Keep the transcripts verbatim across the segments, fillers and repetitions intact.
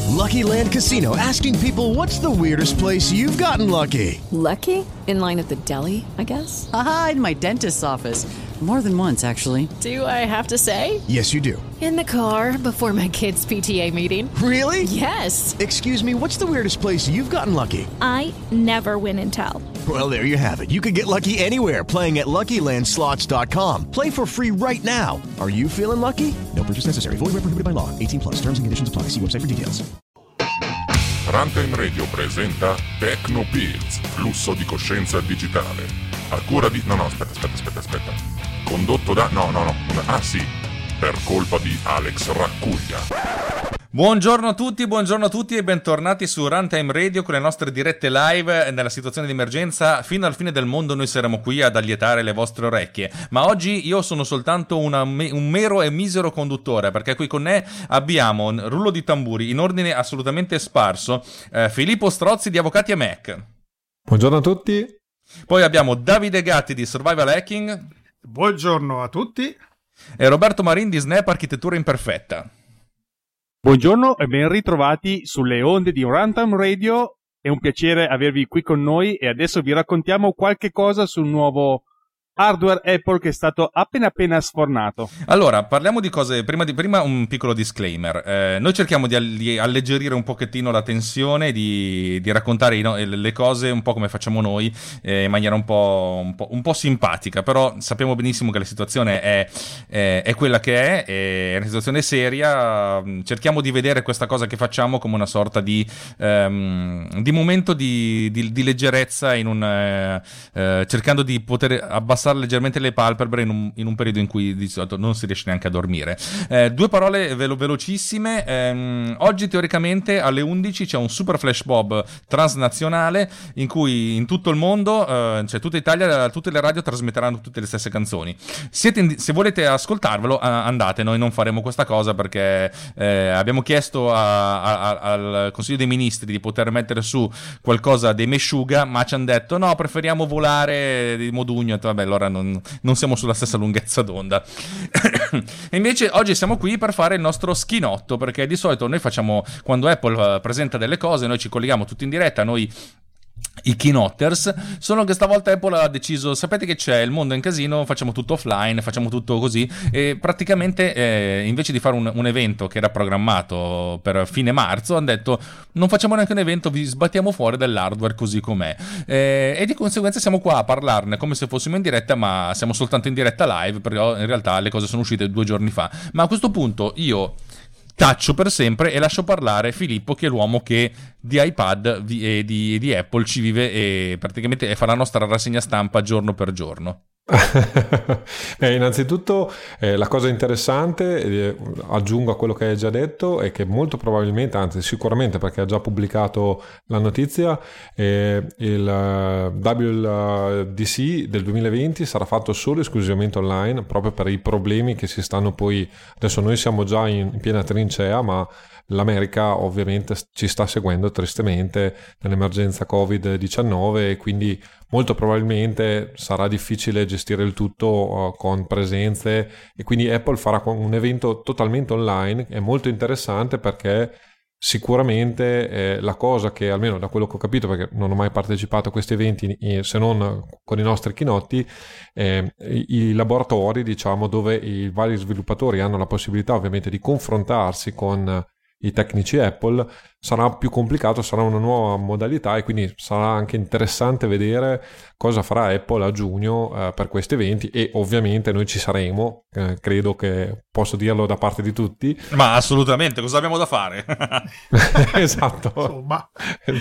Lucky Land Casino, asking people, what's the weirdest place you've gotten lucky? Lucky? In line at the deli, I guess? Aha, in my dentist's office. More than once, actually. Do I have to say? Yes, you do. In the car before my kids' P T A meeting. Really? Yes. Excuse me, what's the weirdest place you've gotten lucky? I never win and tell. Well, there you have it. You can get lucky anywhere, playing at Lucky Land Slots dot com. Play for free right now. Are you feeling lucky? No purchase necessary. Void where prohibited by law. eighteen plus. Terms and conditions apply. See website for details. Runtime Radio presenta Techno Pills, flusso di coscienza digitale. A cura di... No, no, aspetta, aspetta, aspetta, aspetta. Condotto da... No, no, no. Ah, sì. Per colpa di Alex Raccuglia. Buongiorno a tutti, buongiorno a tutti e bentornati su Runtime Radio con le nostre dirette live. Nella situazione di emergenza fino al fine del mondo noi saremo qui ad allietare le vostre orecchie, ma oggi io sono soltanto una, un mero e misero conduttore, perché qui con me abbiamo un rullo di tamburi in ordine assolutamente sparso, eh, Filippo Strozzi di Avvocati e Mac. Buongiorno a tutti. Poi abbiamo Davide Gatti di Survival Hacking. Buongiorno a tutti. E Roberto Marin di Snap Architettura Imperfetta. Buongiorno e ben ritrovati sulle onde di Runtime Radio. È un piacere avervi qui con noi e adesso vi raccontiamo qualche cosa sul nuovo hardware Apple che è stato appena appena sfornato. Allora, parliamo di cose, prima, di, prima un piccolo disclaimer. Eh, noi cerchiamo di, di alleggerire un pochettino la tensione, di, di raccontare i, no, le cose un po' come facciamo noi, eh, in maniera un po', un, po', un po' simpatica, però sappiamo benissimo che la situazione è, è, è quella che è, è una situazione seria. Cerchiamo di vedere questa cosa che facciamo come una sorta di, ehm, di momento di, di, di leggerezza, in un, eh, eh, cercando di poter abbassare leggermente le palpebre in un, in un periodo in cui di solito non si riesce neanche a dormire. Eh, due parole velo- velocissime. Eh, oggi teoricamente alle undici c'è un super flash mob transnazionale in cui in tutto il mondo, eh, cioè tutta Italia, tutte le radio trasmetteranno tutte le stesse canzoni. Siete in, se volete ascoltarvelo, andate. Noi non faremo questa cosa perché eh, abbiamo chiesto a, a, al Consiglio dei Ministri di poter mettere su qualcosa dei Meshuggah, ma ci hanno detto no, preferiamo volare di Modugno. Vabbè, allora non, non siamo sulla stessa lunghezza d'onda. E invece oggi siamo qui per fare il nostro schinotto, perché di solito noi facciamo, quando Apple presenta delle cose, noi ci colleghiamo tutti in diretta, noi i keynotters, solo che stavolta Apple ha deciso, sapete che c'è, il mondo è in casino, facciamo tutto offline, facciamo tutto così, e praticamente eh, invece di fare un, un evento che era programmato per fine marzo, hanno detto non facciamo neanche un evento, vi sbattiamo fuori dell'hardware così com'è, eh, e di conseguenza siamo qua a parlarne come se fossimo in diretta, ma siamo soltanto in diretta live, però in realtà le cose sono uscite due giorni fa. Ma a questo punto io taccio per sempre e lascio parlare Filippo, che è l'uomo che di iPad e di, di Apple ci vive e praticamente fa la nostra rassegna stampa giorno per giorno. Beh, innanzitutto eh, la cosa interessante, eh, aggiungo a quello che hai già detto, è che molto probabilmente, anzi sicuramente perché ha già pubblicato la notizia, eh, il uh, W W D C del duemilaventi sarà fatto solo esclusivamente online, proprio per i problemi che si stanno poi, adesso noi siamo già in, in piena trincea, ma l'America ovviamente ci sta seguendo tristemente nell'emergenza covid diciannove e quindi molto probabilmente sarà difficile gestire il tutto uh, con presenze, e quindi Apple farà un evento totalmente online. È molto interessante perché sicuramente eh, la cosa che, almeno da quello che ho capito, perché non ho mai partecipato a questi eventi eh, se non con i nostri chinotti, eh, i, i laboratori, diciamo, dove i vari sviluppatori hanno la possibilità ovviamente di confrontarsi con i tecnici Apple, sarà più complicato, sarà una nuova modalità, e quindi sarà anche interessante vedere cosa farà Apple a giugno eh, per questi eventi, e ovviamente noi ci saremo, eh, credo che posso dirlo da parte di tutti. Ma assolutamente, cosa abbiamo da fare? Esatto. Insomma.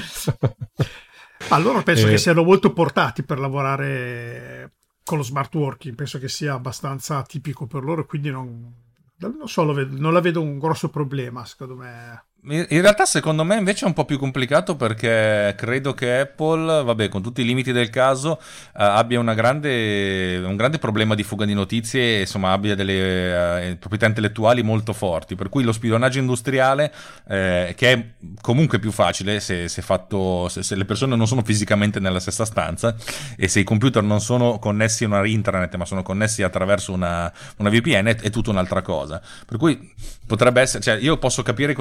Allora penso eh. che siano molto portati per lavorare con lo smart working, penso che sia abbastanza tipico per loro, quindi non... non so, lo vedo, non la vedo un grosso problema, secondo me. In realtà secondo me invece è un po' più complicato, perché credo che Apple, vabbè, con tutti i limiti del caso, eh, abbia una grande, un grande problema di fuga di notizie, insomma abbia delle eh, proprietà intellettuali molto forti, per cui lo spionaggio industriale, eh, che è comunque più facile se, se, fatto, se, se le persone non sono fisicamente nella stessa stanza e se i computer non sono connessi a una internet ma sono connessi attraverso una, una V P N, è, è tutta un'altra cosa. Per cui potrebbe essere, cioè io posso capire che un'azienda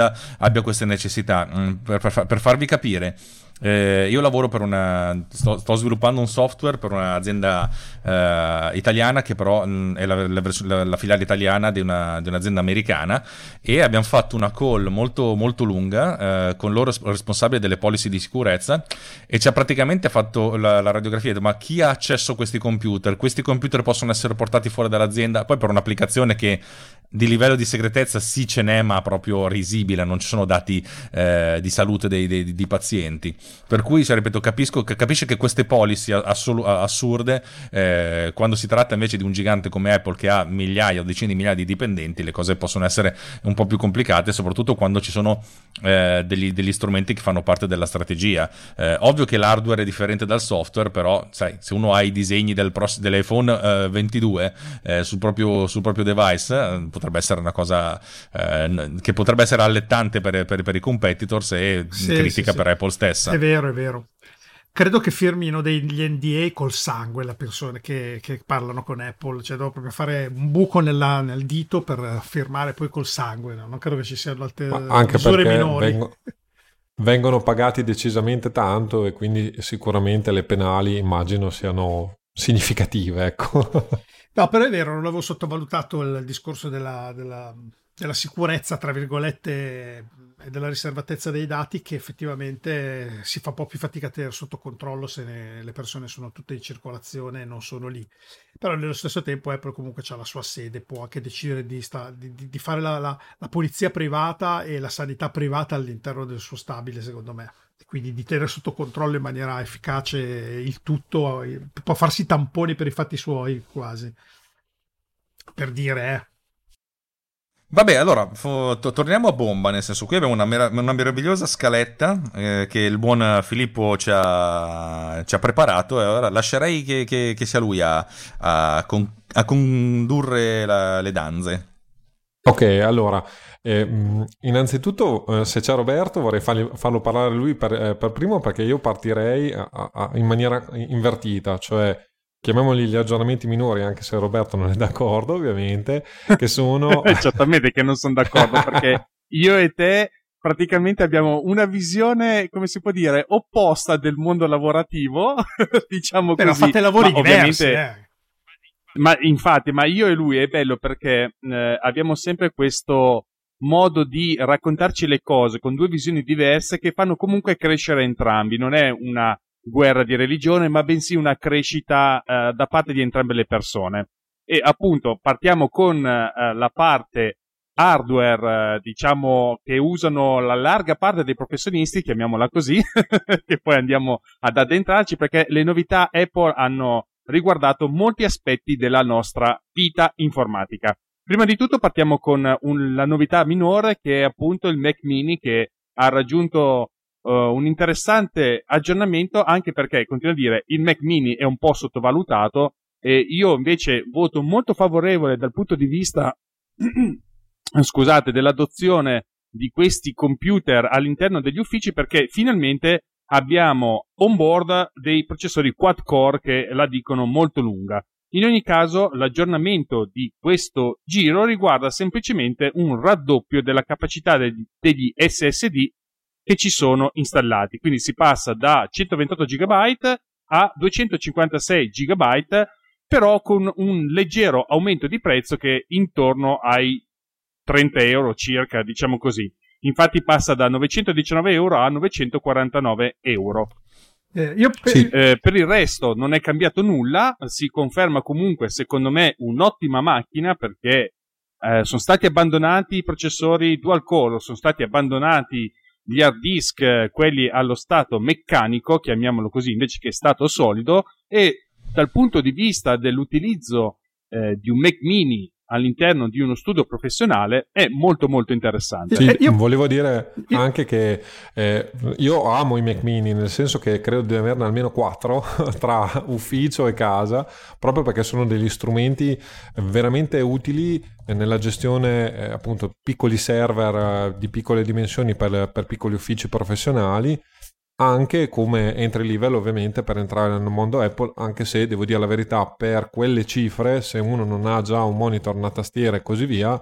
azienda abbia queste necessità. Per, per, per farvi capire, Eh, io lavoro per una sto, sto sviluppando un software per un'azienda eh, italiana che però mh, è la, la, la filiale italiana di, una, di un'azienda americana, e abbiamo fatto una call molto, molto lunga eh, con loro responsabile delle policy di sicurezza, e ci ha praticamente fatto la, la radiografia di, ma chi ha accesso a questi computer? Questi computer possono essere portati fuori dall'azienda, poi per un'applicazione che di livello di segretezza sì ce n'è, ma proprio risibile, non ci sono dati eh, di salute dei, dei, dei pazienti. Per cui, cioè, ripeto, capisco, capisce che queste policy assol- assurde, eh, quando si tratta invece di un gigante come Apple che ha migliaia o decine di migliaia di dipendenti, le cose possono essere un po' più complicate, soprattutto quando ci sono eh, degli, degli strumenti che fanno parte della strategia. Eh, ovvio che l'hardware è differente dal software, però sai, se uno ha i disegni del pross- dell'iPhone eh, ventidue eh, sul, proprio, sul proprio device, eh, potrebbe essere una cosa eh, che potrebbe essere allettante per, per, per i competitors e sì, critica sì, per sì. Apple stessa. È vero, è vero. Credo che firmino degli N D A col sangue le persone che, che parlano con Apple, cioè devo proprio fare un buco nella, nel dito per firmare poi col sangue, no? Non credo che ci siano altre anche misure perché minori. Vengo, vengono pagati decisamente tanto, e quindi sicuramente le penali immagino siano significative, ecco. No, però è vero, non avevo sottovalutato il discorso della, della, della sicurezza, tra virgolette, e della riservatezza dei dati, che effettivamente si fa un po' più fatica a tenere sotto controllo se ne, le persone sono tutte in circolazione e non sono lì. Però nello stesso tempo Apple comunque ha la sua sede, può anche decidere di, sta, di, di fare la, la, la polizia privata e la sanità privata all'interno del suo stabile, secondo me. Quindi di tenere sotto controllo in maniera efficace il tutto, può farsi tamponi per i fatti suoi, quasi, per dire eh. Vabbè, allora fo- to- torniamo a bomba, nel senso, qui abbiamo una, mera- una meravigliosa scaletta eh, che il buon Filippo ci ha, ci ha preparato, e allora lascerei che, che, che sia lui a, a, con- a condurre la- le danze. Ok, allora, eh, innanzitutto eh, se c'è Roberto vorrei fargli, farlo parlare lui per, eh, per primo, perché io partirei a, a, in maniera invertita, cioè chiamiamoli gli aggiornamenti minori, anche se Roberto non è d'accordo ovviamente, che sono... Certamente che non sono d'accordo, perché io e te praticamente abbiamo una visione, come si può dire, opposta del mondo lavorativo, diciamo Però così. fate lavori ma diversi, ovviamente... eh. Ma infatti, ma io e lui è bello perché eh, abbiamo sempre questo modo di raccontarci le cose con due visioni diverse che fanno comunque crescere entrambi. Non è una guerra di religione, ma bensì una crescita eh, da parte di entrambe le persone. E appunto partiamo con eh, la parte hardware, eh, diciamo, che usano la larga parte dei professionisti, chiamiamola così, che poi andiamo ad addentrarci, perché le novità Apple hanno riguardato molti aspetti della nostra vita informatica. Prima di tutto partiamo con un, la novità minore, che è appunto il Mac Mini, che ha raggiunto uh, un interessante aggiornamento, anche perché, continuo a dire, il Mac Mini è un po' sottovalutato, e io invece voto molto favorevole dal punto di vista scusate, dell'adozione di questi computer all'interno degli uffici, perché finalmente abbiamo on board dei processori quad-core che la dicono molto lunga. In ogni caso, l'aggiornamento di questo giro riguarda semplicemente un raddoppio della capacità degli, degli S S D che ci sono installati. Quindi si passa da centoventotto giga a duecentocinquantasei giga, però con un leggero aumento di prezzo che è intorno ai trenta euro circa, diciamo così. Infatti passa da novecentodiciannove euro a novecentoquarantanove euro. Eh, io per... Sì. Eh, per il resto non è cambiato nulla, si conferma comunque secondo me un'ottima macchina, perché eh, sono stati abbandonati i processori dual core, sono stati abbandonati gli hard disk, eh, quelli allo stato meccanico, chiamiamolo così, invece che stato solido, e dal punto di vista dell'utilizzo eh, di un Mac Mini all'interno di uno studio professionale è molto molto interessante. Sì, Eh, io... volevo dire io... anche che eh, io amo i Mac Mini, nel senso che credo di averne almeno quattro tra ufficio e casa, proprio perché sono degli strumenti veramente utili nella gestione eh, appunto piccoli server eh, di piccole dimensioni per, per piccoli uffici professionali, anche come entry level ovviamente per entrare nel mondo Apple, anche se devo dire la verità, per quelle cifre, se uno non ha già un monitor, una tastiera e così via,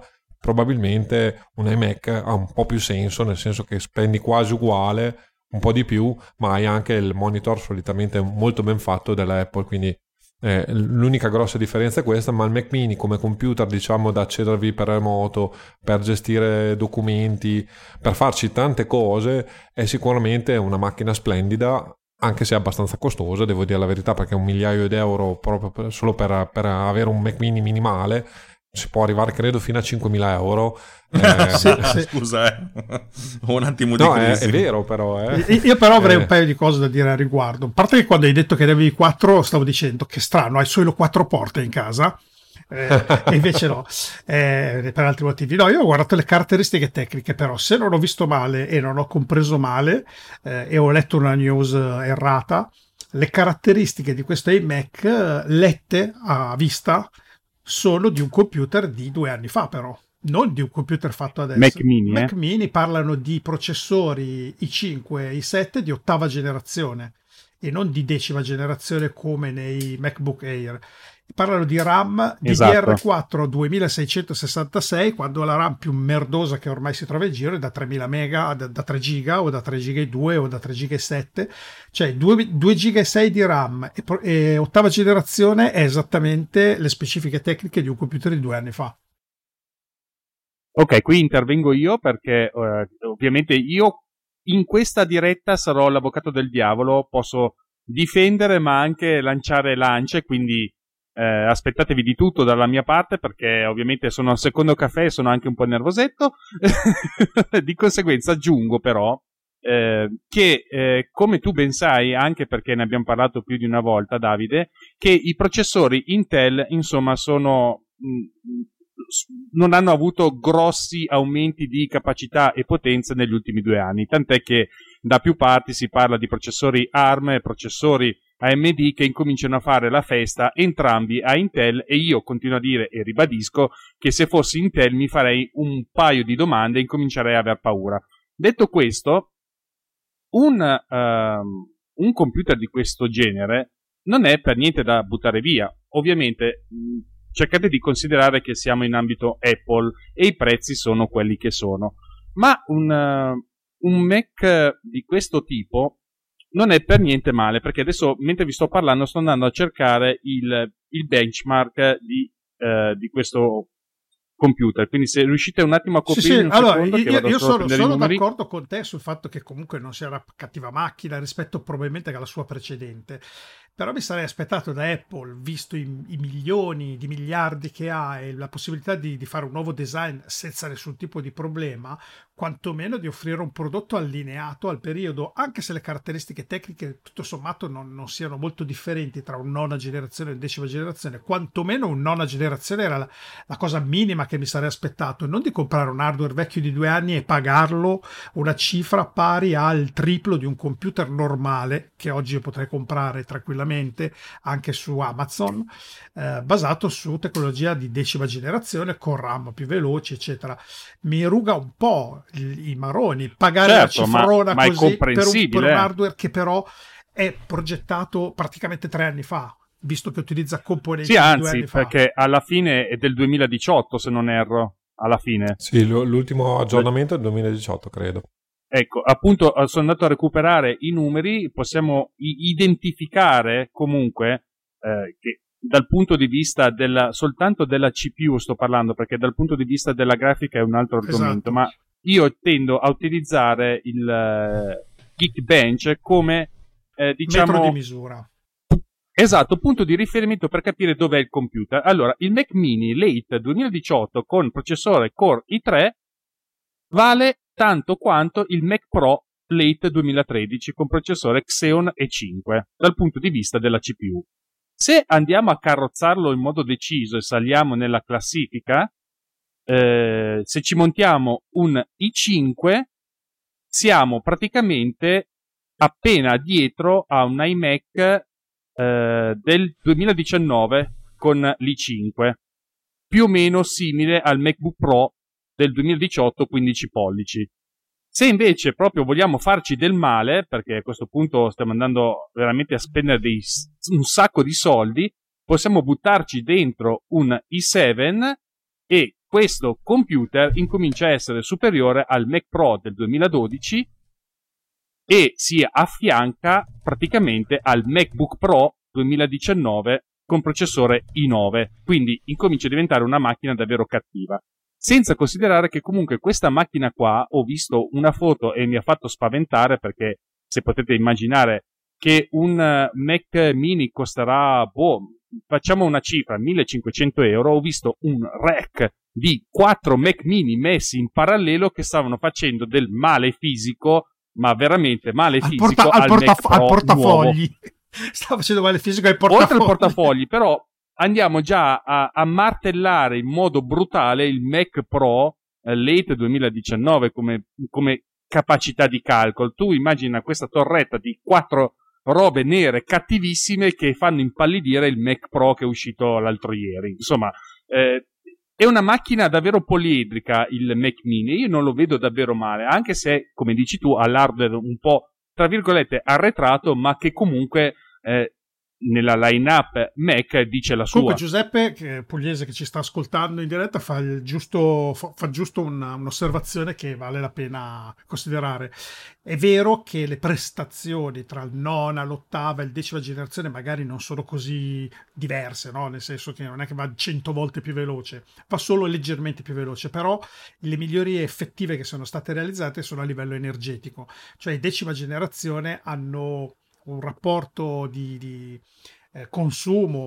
probabilmente un iMac ha un po' più senso, nel senso che spendi quasi uguale, un po' di più, ma hai anche il monitor solitamente molto ben fatto della Apple, quindi eh, l'unica grossa differenza è questa. Ma il Mac Mini come computer, diciamo, da accedervi per remoto, per gestire documenti, per farci tante cose, è sicuramente una macchina splendida, anche se è abbastanza costosa, devo dire la verità, perché un migliaio di euro proprio per, solo per, per avere un Mac Mini minimale si può arrivare credo fino a cinquemila euro. Eh, sì, sì. Scusa, eh. Ho un attimo di no, è, è vero però eh. Io però avrei eh. un paio di cose da dire a riguardo. A parte che quando hai detto che ne avevi quattro, stavo dicendo che strano, hai solo quattro porte in casa. Eh, e invece no, eh, per altri motivi. No, io ho guardato le caratteristiche tecniche, però se non ho visto male e non ho compreso male eh, e ho letto una news errata, le caratteristiche di questo iMac eh, lette a vista sono di un computer di due anni fa, però non di un computer fatto adesso. Mac Mini, Mac eh? Mini parlano di processori i cinque e i sette di ottava generazione e non di decima generazione come nei MacBook Air. Parlano di RAM D D R quattro esatto. duemilaseicentosessantasei, quando la RAM più merdosa che ormai si trova in giro è da tremila mega, da, da tre giga o da tre giga e due o da tre giga e sette, cioè due giga e sei di RAM e, e ottava generazione è esattamente le specifiche tecniche di un computer di due anni fa. Ok, qui intervengo io perché eh, ovviamente io in questa diretta sarò l'avvocato del diavolo, posso difendere ma anche lanciare lance, quindi eh, aspettatevi di tutto dalla mia parte perché ovviamente sono al secondo caffè e sono anche un po' nervosetto. Di conseguenza aggiungo però eh, che eh, come tu ben sai, anche perché ne abbiamo parlato più di una volta Davide, che i processori Intel insomma sono mh, non hanno avuto grossi aumenti di capacità e potenza negli ultimi due anni, tant'è che da più parti si parla di processori ARM e processori A M D che incominciano a fare la festa entrambi a Intel, e io continuo a dire e ribadisco che se fossi Intel mi farei un paio di domande e incomincerei a aver paura. Detto questo, un, uh, un computer di questo genere non è per niente da buttare via. Ovviamente mh, cercate di considerare che siamo in ambito Apple e i prezzi sono quelli che sono, ma un, uh, un Mac di questo tipo non è per niente male, perché adesso mentre vi sto parlando sto andando a cercare il, il benchmark di, uh, di questo computer, quindi se riuscite un attimo a coprire sì, sì. un Allora, secondo io, che vado io solo sono, a prendere sono i numeri. d'accordo con te sul fatto che comunque non sia una cattiva macchina rispetto probabilmente alla sua precedente, però mi sarei aspettato da Apple, visto i, i milioni di miliardi che ha e la possibilità di, di fare un nuovo design senza nessun tipo di problema, quantomeno di offrire un prodotto allineato al periodo, anche se le caratteristiche tecniche tutto sommato non, non siano molto differenti tra un nona generazione e un decima generazione, quantomeno un nona generazione era la, la cosa minima che mi sarei aspettato, non di comprare un hardware vecchio di due anni e pagarlo una cifra pari al triplo di un computer normale che oggi io potrei comprare tranquillamente anche su Amazon, eh, basato su tecnologia di decima generazione con RAM più veloci eccetera. Mi ruga un po' i, i maroni pagare certo, la cifrona ma, ma così per un, per un eh. hardware che però è progettato praticamente tre anni fa, visto che utilizza componenti sì, di anzi, due anni fa. perché alla fine è del duemiladiciotto se non erro, alla fine. Sì, l'ultimo aggiornamento è del duemiladiciotto credo. Ecco, appunto sono andato a recuperare i numeri, possiamo identificare comunque eh, che dal punto di vista della, soltanto della C P U sto parlando, perché dal punto di vista della grafica è un altro argomento, esatto. Ma io tendo a utilizzare il uh, Geekbench come eh, diciamo metro di misura. Esatto, punto di riferimento per capire dov'è il computer. Allora, il Mac Mini Late duemiladiciotto con processore Core i tre vale tanto quanto il Mac Pro Late duemilatredici con processore Xeon E cinque dal punto di vista della C P U. Se andiamo a carrozzarlo in modo deciso e saliamo nella classifica, eh, se ci montiamo un i cinque siamo praticamente appena dietro a un iMac eh, del duemiladiciannove con l'i cinque, più o meno simile al MacBook Pro del duemiladiciotto quindici pollici. Se invece proprio vogliamo farci del male, perché a questo punto stiamo andando veramente a spendere dei, un sacco di soldi, possiamo buttarci dentro un i sette e questo computer incomincia a essere superiore al Mac Pro del duemiladodici e si affianca praticamente al MacBook Pro duemiladiciannove con processore i nove, quindi incomincia a diventare una macchina davvero cattiva. Senza considerare che comunque questa macchina qua, ho visto una foto e mi ha fatto spaventare, perché se potete immaginare che un Mac mini costerà, boh, facciamo una cifra, millecinquecento euro, ho visto un rack di quattro Mac mini messi in parallelo che stavano facendo del male fisico, ma veramente male al fisico porta, al, al, portaf- Mac Pro al portafogli. nuovo. Stava facendo male fisico ai portafogli. Oltre al portafogli, però andiamo già a, a martellare in modo brutale il Mac Pro eh, late duemiladiciannove come, come capacità di calcolo. Tu immagina questa torretta di quattro robe nere cattivissime che fanno impallidire il Mac Pro che è uscito l'altro ieri. Insomma, eh, è una macchina davvero poliedrica il Mac Mini. Io non lo vedo davvero male, anche se, come dici tu, ha l'hardware un po', tra virgolette, arretrato, ma che comunque eh, nella line-up Mac dice la sua. Comunque Giuseppe, che è pugliese, che ci sta ascoltando in diretta, fa, il giusto, fa, fa giusto una, un'osservazione che vale la pena considerare. È vero che le prestazioni tra il nona, l'ottava e il decima generazione magari non sono così diverse, no? Nel senso che non è che va cento volte più veloce, va solo leggermente più veloce, però le migliorie effettive che sono state realizzate sono a livello energetico. Cioè, decima generazione hanno un rapporto di, di eh, consumo,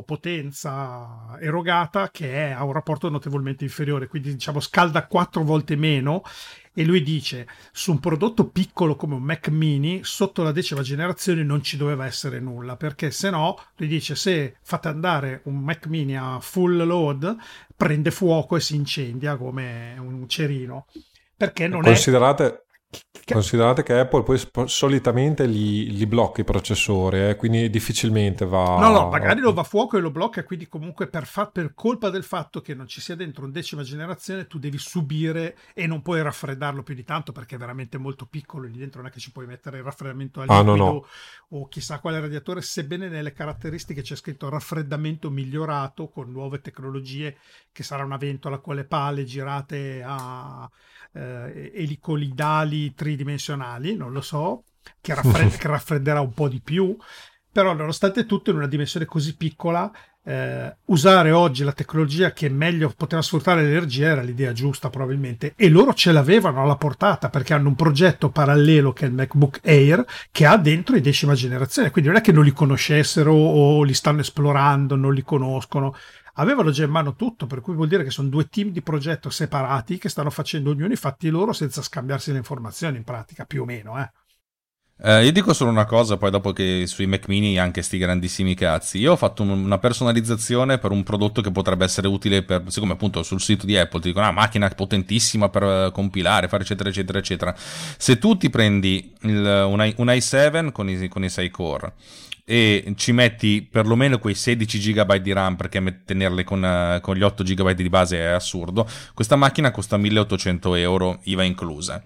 potenza erogata che è, ha un rapporto notevolmente inferiore, quindi diciamo scalda quattro volte meno, e lui dice su un prodotto piccolo come un Mac mini sotto la decima generazione non ci doveva essere nulla, perché se no, lui dice, se fate andare un Mac mini a full load prende fuoco e si incendia come un cerino, perché non Considerate... è... Considerate che Apple poi sp- solitamente li, li blocca i processori, eh, quindi difficilmente va... No, no, magari lo va a fuoco e lo blocca, quindi comunque per, fa- per colpa del fatto che non ci sia dentro un decima generazione tu devi subire e non puoi raffreddarlo più di tanto perché è veramente molto piccolo, lì dentro non è che ci puoi mettere il raffreddamento a liquido ah, no, no. o chissà quale radiatore, sebbene nelle caratteristiche c'è scritto raffreddamento migliorato con nuove tecnologie, che sarà una ventola con le pale girate a... Eh, elicoidali tridimensionali, non lo so, che, raffred- che raffredderà un po' di più, però nonostante tutto in una dimensione così piccola eh, usare oggi la tecnologia che meglio poteva sfruttare l'energia era l'idea giusta probabilmente, e loro ce l'avevano alla portata perché hanno un progetto parallelo che è il MacBook Air che ha dentro i decima generazione, quindi non è che non li conoscessero o li stanno esplorando, non li conoscono, avevano già in mano tutto, per cui vuol dire che sono due team di progetto separati che stanno facendo ognuno i fatti loro senza scambiarsi le informazioni in pratica, più o meno. Eh. Eh, io dico solo una cosa, poi dopo che sui Mac mini anche sti grandissimi cazzi, io ho fatto un, una personalizzazione per un prodotto che potrebbe essere utile per, siccome appunto sul sito di Apple ti dicono una macchina potentissima per uh, compilare, fare eccetera eccetera eccetera. Se tu ti prendi il, un, i, un i sette con i, con i sei core e ci metti perlomeno quei sedici giga di RAM, perché tenerle con, uh, con gli otto giga di base è assurdo, questa macchina costa milleottocento euro I V A inclusa.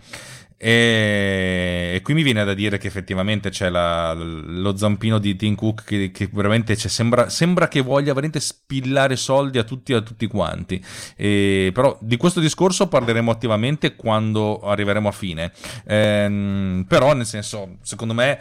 E, e qui mi viene da dire che effettivamente c'è la, lo zampino di Tim Cook che, che veramente c'è, sembra, sembra che voglia veramente spillare soldi a tutti a tutti quanti, e, però di questo discorso parleremo attivamente quando arriveremo a fine, ehm, però nel senso, secondo me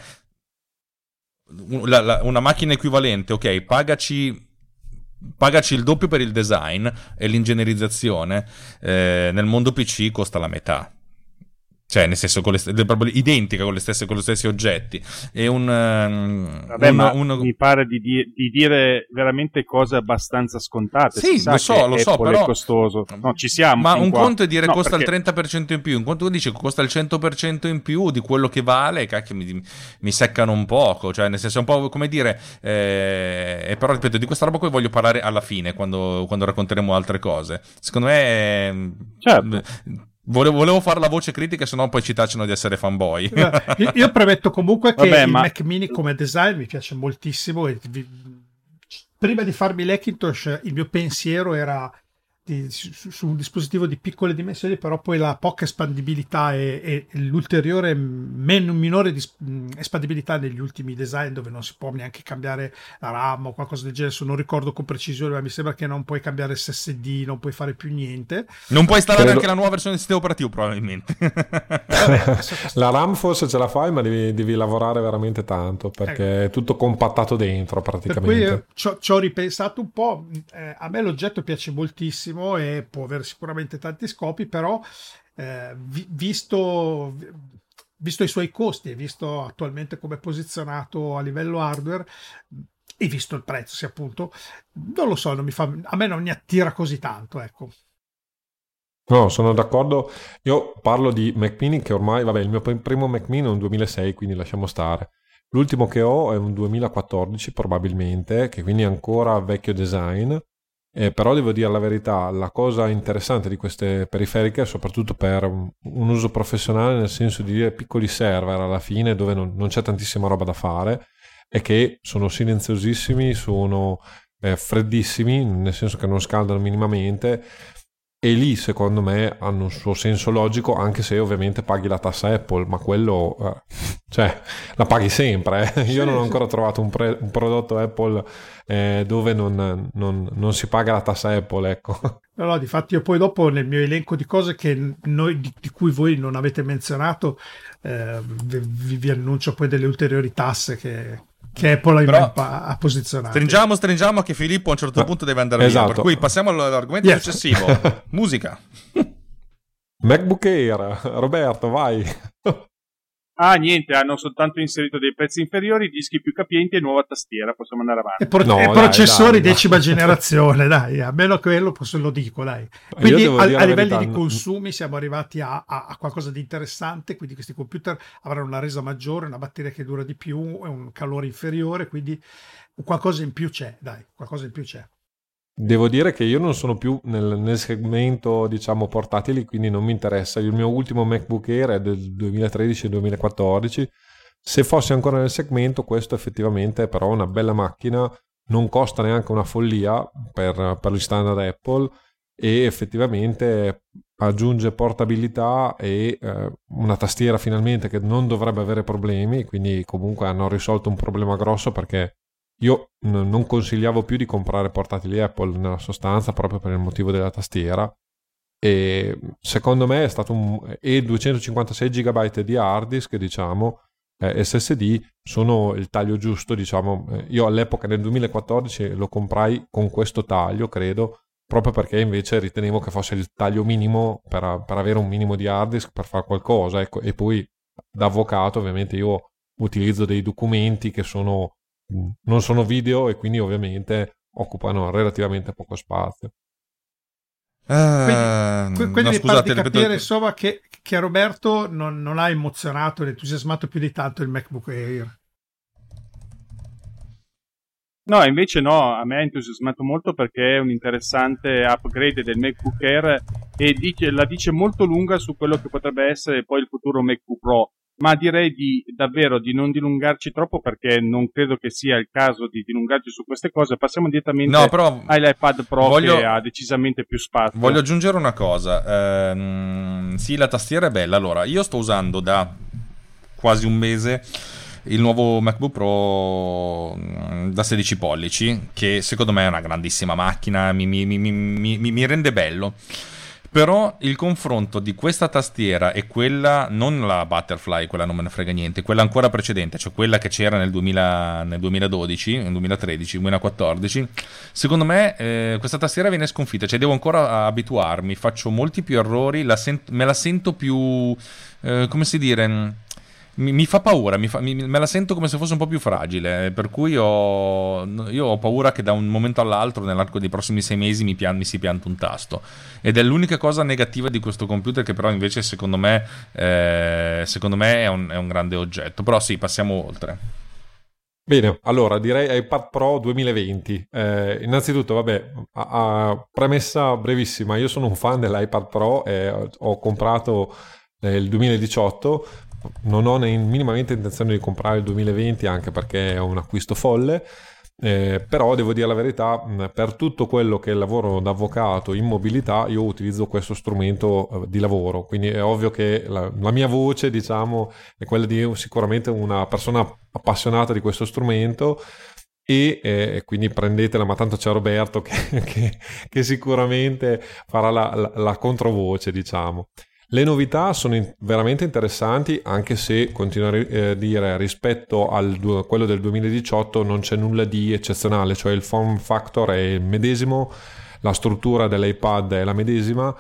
La, la, una macchina equivalente, ok, pagaci pagaci il doppio per il design e l'ingegnerizzazione, eh, nel mondo P C costa la metà, cioè nel senso con le st- proprio identica con le stesse con gli stessi oggetti, e un, um, Vabbè, un, ma un... mi pare di, di, di dire veramente cose abbastanza scontate. Sì, si lo sa so, che lo so, Apple però è costoso. No, ci siamo. Ma un qua. conto è dire no, costa perché... il trenta per cento in più, un conto dice che costa il cento per cento in più di quello che vale, cacchio, mi, mi seccano un poco, cioè nel senso è un po' come dire, eh, però ripeto, di questa roba qui voglio parlare alla fine quando, quando racconteremo altre cose. Secondo me, certo. Volevo, volevo fare la voce critica, se no poi ci tacciano di essere fanboy. Io, io premetto comunque che Vabbè, il ma... Mac mini come design mi piace moltissimo, e vi, prima di farmi l'Hackintosh il mio pensiero era di, su, su un dispositivo di piccole dimensioni, però poi la poca espandibilità e, e l'ulteriore men, minore dis, espandibilità negli ultimi design, dove non si può neanche cambiare la RAM o qualcosa del genere, non ricordo con precisione, ma mi sembra che non puoi cambiare S S D, non puoi fare più niente. Non puoi installare Credo... anche la nuova versione del sistema operativo probabilmente. La RAM forse ce la fai, ma devi, devi lavorare veramente tanto, perché ecco. È tutto compattato dentro praticamente. Per cui ci ho ripensato un po', eh, a me l'oggetto piace moltissimo e può avere sicuramente tanti scopi, però eh, vi, visto, visto i suoi costi e visto attualmente come è posizionato a livello hardware e visto il prezzo, sì, appunto, non lo so, non mi fa, a me non mi attira così tanto, ecco. No, sono d'accordo. Io parlo di Mac Mini che ormai, vabbè, il mio primo Mac Mini è un duemilasei, quindi lasciamo stare. L'ultimo che ho è un duemilaquattordici probabilmente, che quindi è ancora vecchio design, eh, però devo dire la verità, la cosa interessante di queste periferiche, soprattutto per un, un uso professionale, nel senso di dire piccoli server alla fine dove non, non c'è tantissima roba da fare, è che sono silenziosissimi, sono eh, freddissimi, nel senso che non scaldano minimamente, e lì secondo me hanno un suo senso logico, anche se ovviamente paghi la tassa Apple, ma quello eh, cioè la paghi sempre, eh. Io non ho ancora trovato un, pre- un prodotto Apple eh, dove non, non, non si paga la tassa Apple, ecco. No, no, difatti io poi dopo nel mio elenco di cose che noi, di, di cui voi non avete menzionato, eh, vi, vi annuncio poi delle ulteriori tasse che che Apple ha, ha posizionato. Stringiamo, stringiamo che Filippo a un certo punto deve andare esatto. via. Per cui passiamo all'argomento yes. successivo. Musica. MacBook Air. Roberto, vai. Ah, niente, hanno soltanto inserito dei pezzi inferiori, dischi più capienti e nuova tastiera. Possiamo andare avanti. E, pro- no, e dai, processori dai, decima no. generazione, dai, a meno quello lo dico, dai. Quindi a, a livelli di consumi siamo arrivati a, a, a qualcosa di interessante, quindi questi computer avranno una resa maggiore, una batteria che dura di più, un calore inferiore, quindi qualcosa in più c'è, dai, qualcosa in più c'è. Devo dire che io non sono più nel, nel segmento, diciamo, portatili, quindi non mi interessa. Il mio ultimo MacBook Air è del duemilatredici duemilaquattordici. Se fossi ancora nel segmento, questo effettivamente è però una bella macchina, non costa neanche una follia per, per gli standard Apple e effettivamente aggiunge portabilità e eh, una tastiera finalmente che non dovrebbe avere problemi, quindi comunque hanno risolto un problema grosso, perché io non consigliavo più di comprare portatili Apple nella sostanza proprio per il motivo della tastiera, e secondo me è stato un e duecentocinquantasei giga di hard disk, diciamo, eh, S S D sono il taglio giusto, diciamo. Io all'epoca nel duemilaquattordici lo comprai con questo taglio, credo, proprio perché invece ritenevo che fosse il taglio minimo per, per avere un minimo di hard disk per fare qualcosa, ecco. E poi da avvocato ovviamente io utilizzo dei documenti che sono non sono video e quindi ovviamente occupano relativamente poco spazio. Uh, quindi quindi no, mi scusate, pare di capire ripeto... insomma che, che a Roberto non, non ha emozionato e entusiasmato più di tanto il MacBook Air. No, invece no, a me ha entusiasmato molto perché è un interessante upgrade del MacBook Air e dice, la dice molto lunga su quello che potrebbe essere poi il futuro MacBook Pro. Ma direi di davvero di non dilungarci troppo, perché non credo che sia il caso di dilungarci su queste cose. Passiamo direttamente no, però all'iPad Pro, voglio, che ha decisamente più spazio. Voglio aggiungere una cosa. Ehm, sì, la tastiera è bella. Allora, io sto usando da quasi un mese il nuovo MacBook Pro da sedici pollici, che secondo me è una grandissima macchina, mi, mi, mi, mi, mi, mi rende bello. Però il confronto di questa tastiera e quella, non la Butterfly, quella non me ne frega niente, quella ancora precedente, cioè quella che c'era nel, duemila, nel duemiladodici, nel duemilatredici, duemilaquattordici, secondo me eh, questa tastiera viene sconfitta, cioè devo ancora abituarmi, faccio molti più errori, la sent- me la sento più, eh, come si dire... Mi, mi fa paura, mi fa, mi, me la sento come se fosse un po' più fragile, per cui ho, io ho paura che da un momento all'altro, nell'arco dei prossimi sei mesi, mi, pian, mi si pianta un tasto. Ed è l'unica cosa negativa di questo computer, che però invece secondo me, eh, secondo me è, un, è un grande oggetto. Però sì, passiamo oltre. Bene, allora direi iPad Pro duemilaventi. Eh, innanzitutto, vabbè, a, a premessa brevissima, io sono un fan dell'iPad Pro e ho, ho comprato eh, il duemiladiciotto. Non ho minimamente intenzione di comprare il duemilaventi, anche perché è un acquisto folle, Eh, però devo dire la verità, per tutto quello che è il lavoro da avvocato in mobilità, io utilizzo questo strumento eh, di lavoro, quindi è ovvio che la, la mia voce, diciamo, è quella di sicuramente una persona appassionata di questo strumento, e eh, quindi prendetela, ma tanto c'è Roberto che, che, che sicuramente farà la, la, la controvoce, diciamo. Le novità sono in, veramente interessanti, anche se continuo a eh, dire rispetto a quello del duemiladiciotto non c'è nulla di eccezionale, cioè il form factor è il medesimo, la struttura dell'iPad è la medesima,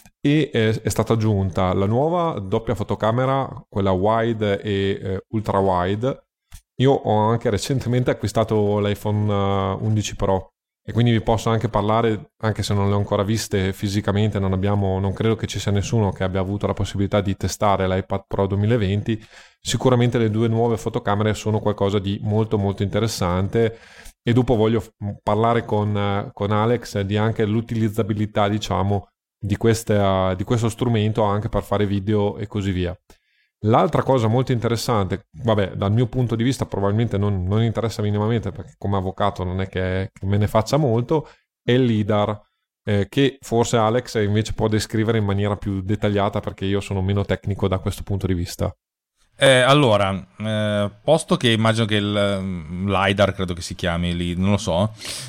e eh, è stata aggiunta la nuova doppia fotocamera, quella wide e eh, ultra wide. Io ho anche recentemente acquistato l'iPhone undici Pro, e quindi vi posso anche parlare, anche se non le ho ancora viste fisicamente, non abbiamo, non credo che ci sia nessuno che abbia avuto la possibilità di testare l'iPad Pro duemilaventi. Sicuramente le due nuove fotocamere sono qualcosa di molto molto interessante, e dopo voglio parlare con, con Alex di anche l'utilizzabilità, diciamo, di, questa, di questo strumento anche per fare video e così via. L'altra cosa molto interessante, vabbè, dal mio punto di vista probabilmente non, non interessa minimamente, perché come avvocato non è che, che me ne faccia molto, è il LiDAR, eh, che forse Alex invece può descrivere in maniera più dettagliata, perché io sono meno tecnico da questo punto di vista. Eh, allora, eh, posto che immagino che il LiDAR, credo che si chiami lì, non lo so,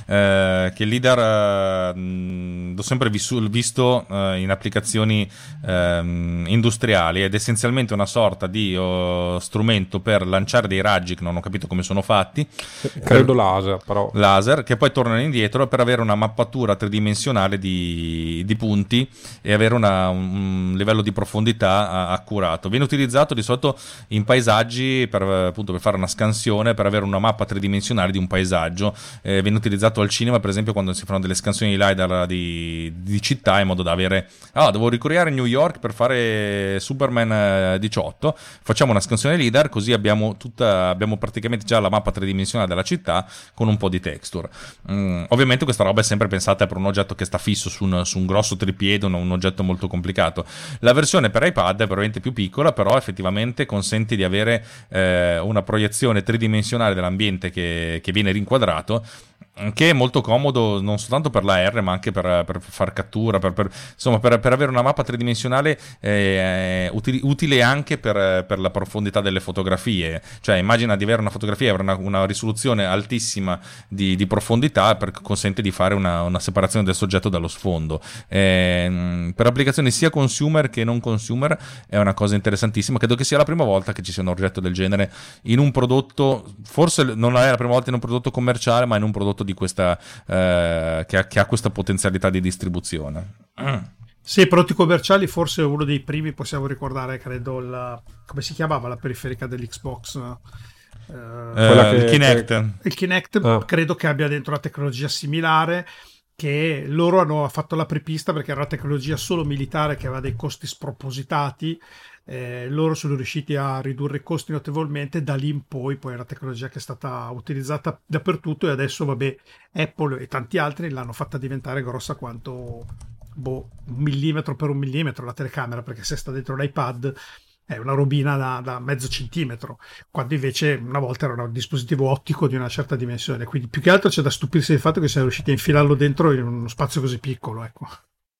eh, che il LiDAR eh, l'ho sempre visto, visto eh, in applicazioni eh, industriali, ed essenzialmente una sorta di oh, strumento per lanciare dei raggi che non ho capito come sono fatti. Credo laser, però. Laser, che poi tornano indietro per avere una mappatura tridimensionale di, di punti e avere una, un livello di profondità accurato. Viene utilizzato di solito in paesaggi per, appunto, per fare una scansione, per avere una mappa tridimensionale di un paesaggio. Eh, viene utilizzato al cinema, per esempio, quando si fanno delle scansioni di LiDAR di, di città, in modo da avere ah, devo ricreare New York per fare Superman diciotto, facciamo una scansione LiDAR, così abbiamo tutta abbiamo praticamente già la mappa tridimensionale della città con un po' di texture. Mm, ovviamente questa roba è sempre pensata per un oggetto che sta fisso su un, su un grosso tripiede, un, un oggetto molto complicato. La versione per iPad è probabilmente più piccola, però effettivamente consente di avere eh, una proiezione tridimensionale dell'ambiente che, che viene rinquadrato, che è molto comodo non soltanto per l'A R, ma anche per, per far cattura, per, per, insomma per, per avere una mappa tridimensionale eh, utili, utile anche per, per la profondità delle fotografie. Cioè immagina di avere una fotografia e avere una, una risoluzione altissima di, di profondità, perché consente di fare una, una separazione del soggetto dallo sfondo. Eh, per applicazioni sia consumer che non consumer è una cosa interessantissima. Credo che sia la prima volta che ci sia un oggetto del genere in un prodotto, forse non è la prima volta in un prodotto commerciale, ma in un prodotto di questa eh, che, ha, che ha questa potenzialità di distribuzione. Mm. Sì, prodotti commerciali forse uno dei primi, possiamo ricordare, credo, la, come si chiamava la periferica dell'Xbox? Eh, Quella che, il Kinect. Che, il Kinect oh. Credo che abbia dentro una tecnologia similare, che loro hanno fatto la prepista perché era una tecnologia solo militare che aveva dei costi spropositati. Eh, loro sono riusciti a ridurre i costi notevolmente, da lì in poi poi è una tecnologia che è stata utilizzata dappertutto, e adesso vabbè Apple e tanti altri l'hanno fatta diventare grossa quanto boh, un millimetro per un millimetro la telecamera, perché se sta dentro l'iPad è una robina da, da mezzo centimetro, quando invece una volta era un dispositivo ottico di una certa dimensione. Quindi più che altro c'è da stupirsi del fatto che siano riusciti a infilarlo dentro in uno spazio così piccolo, ecco.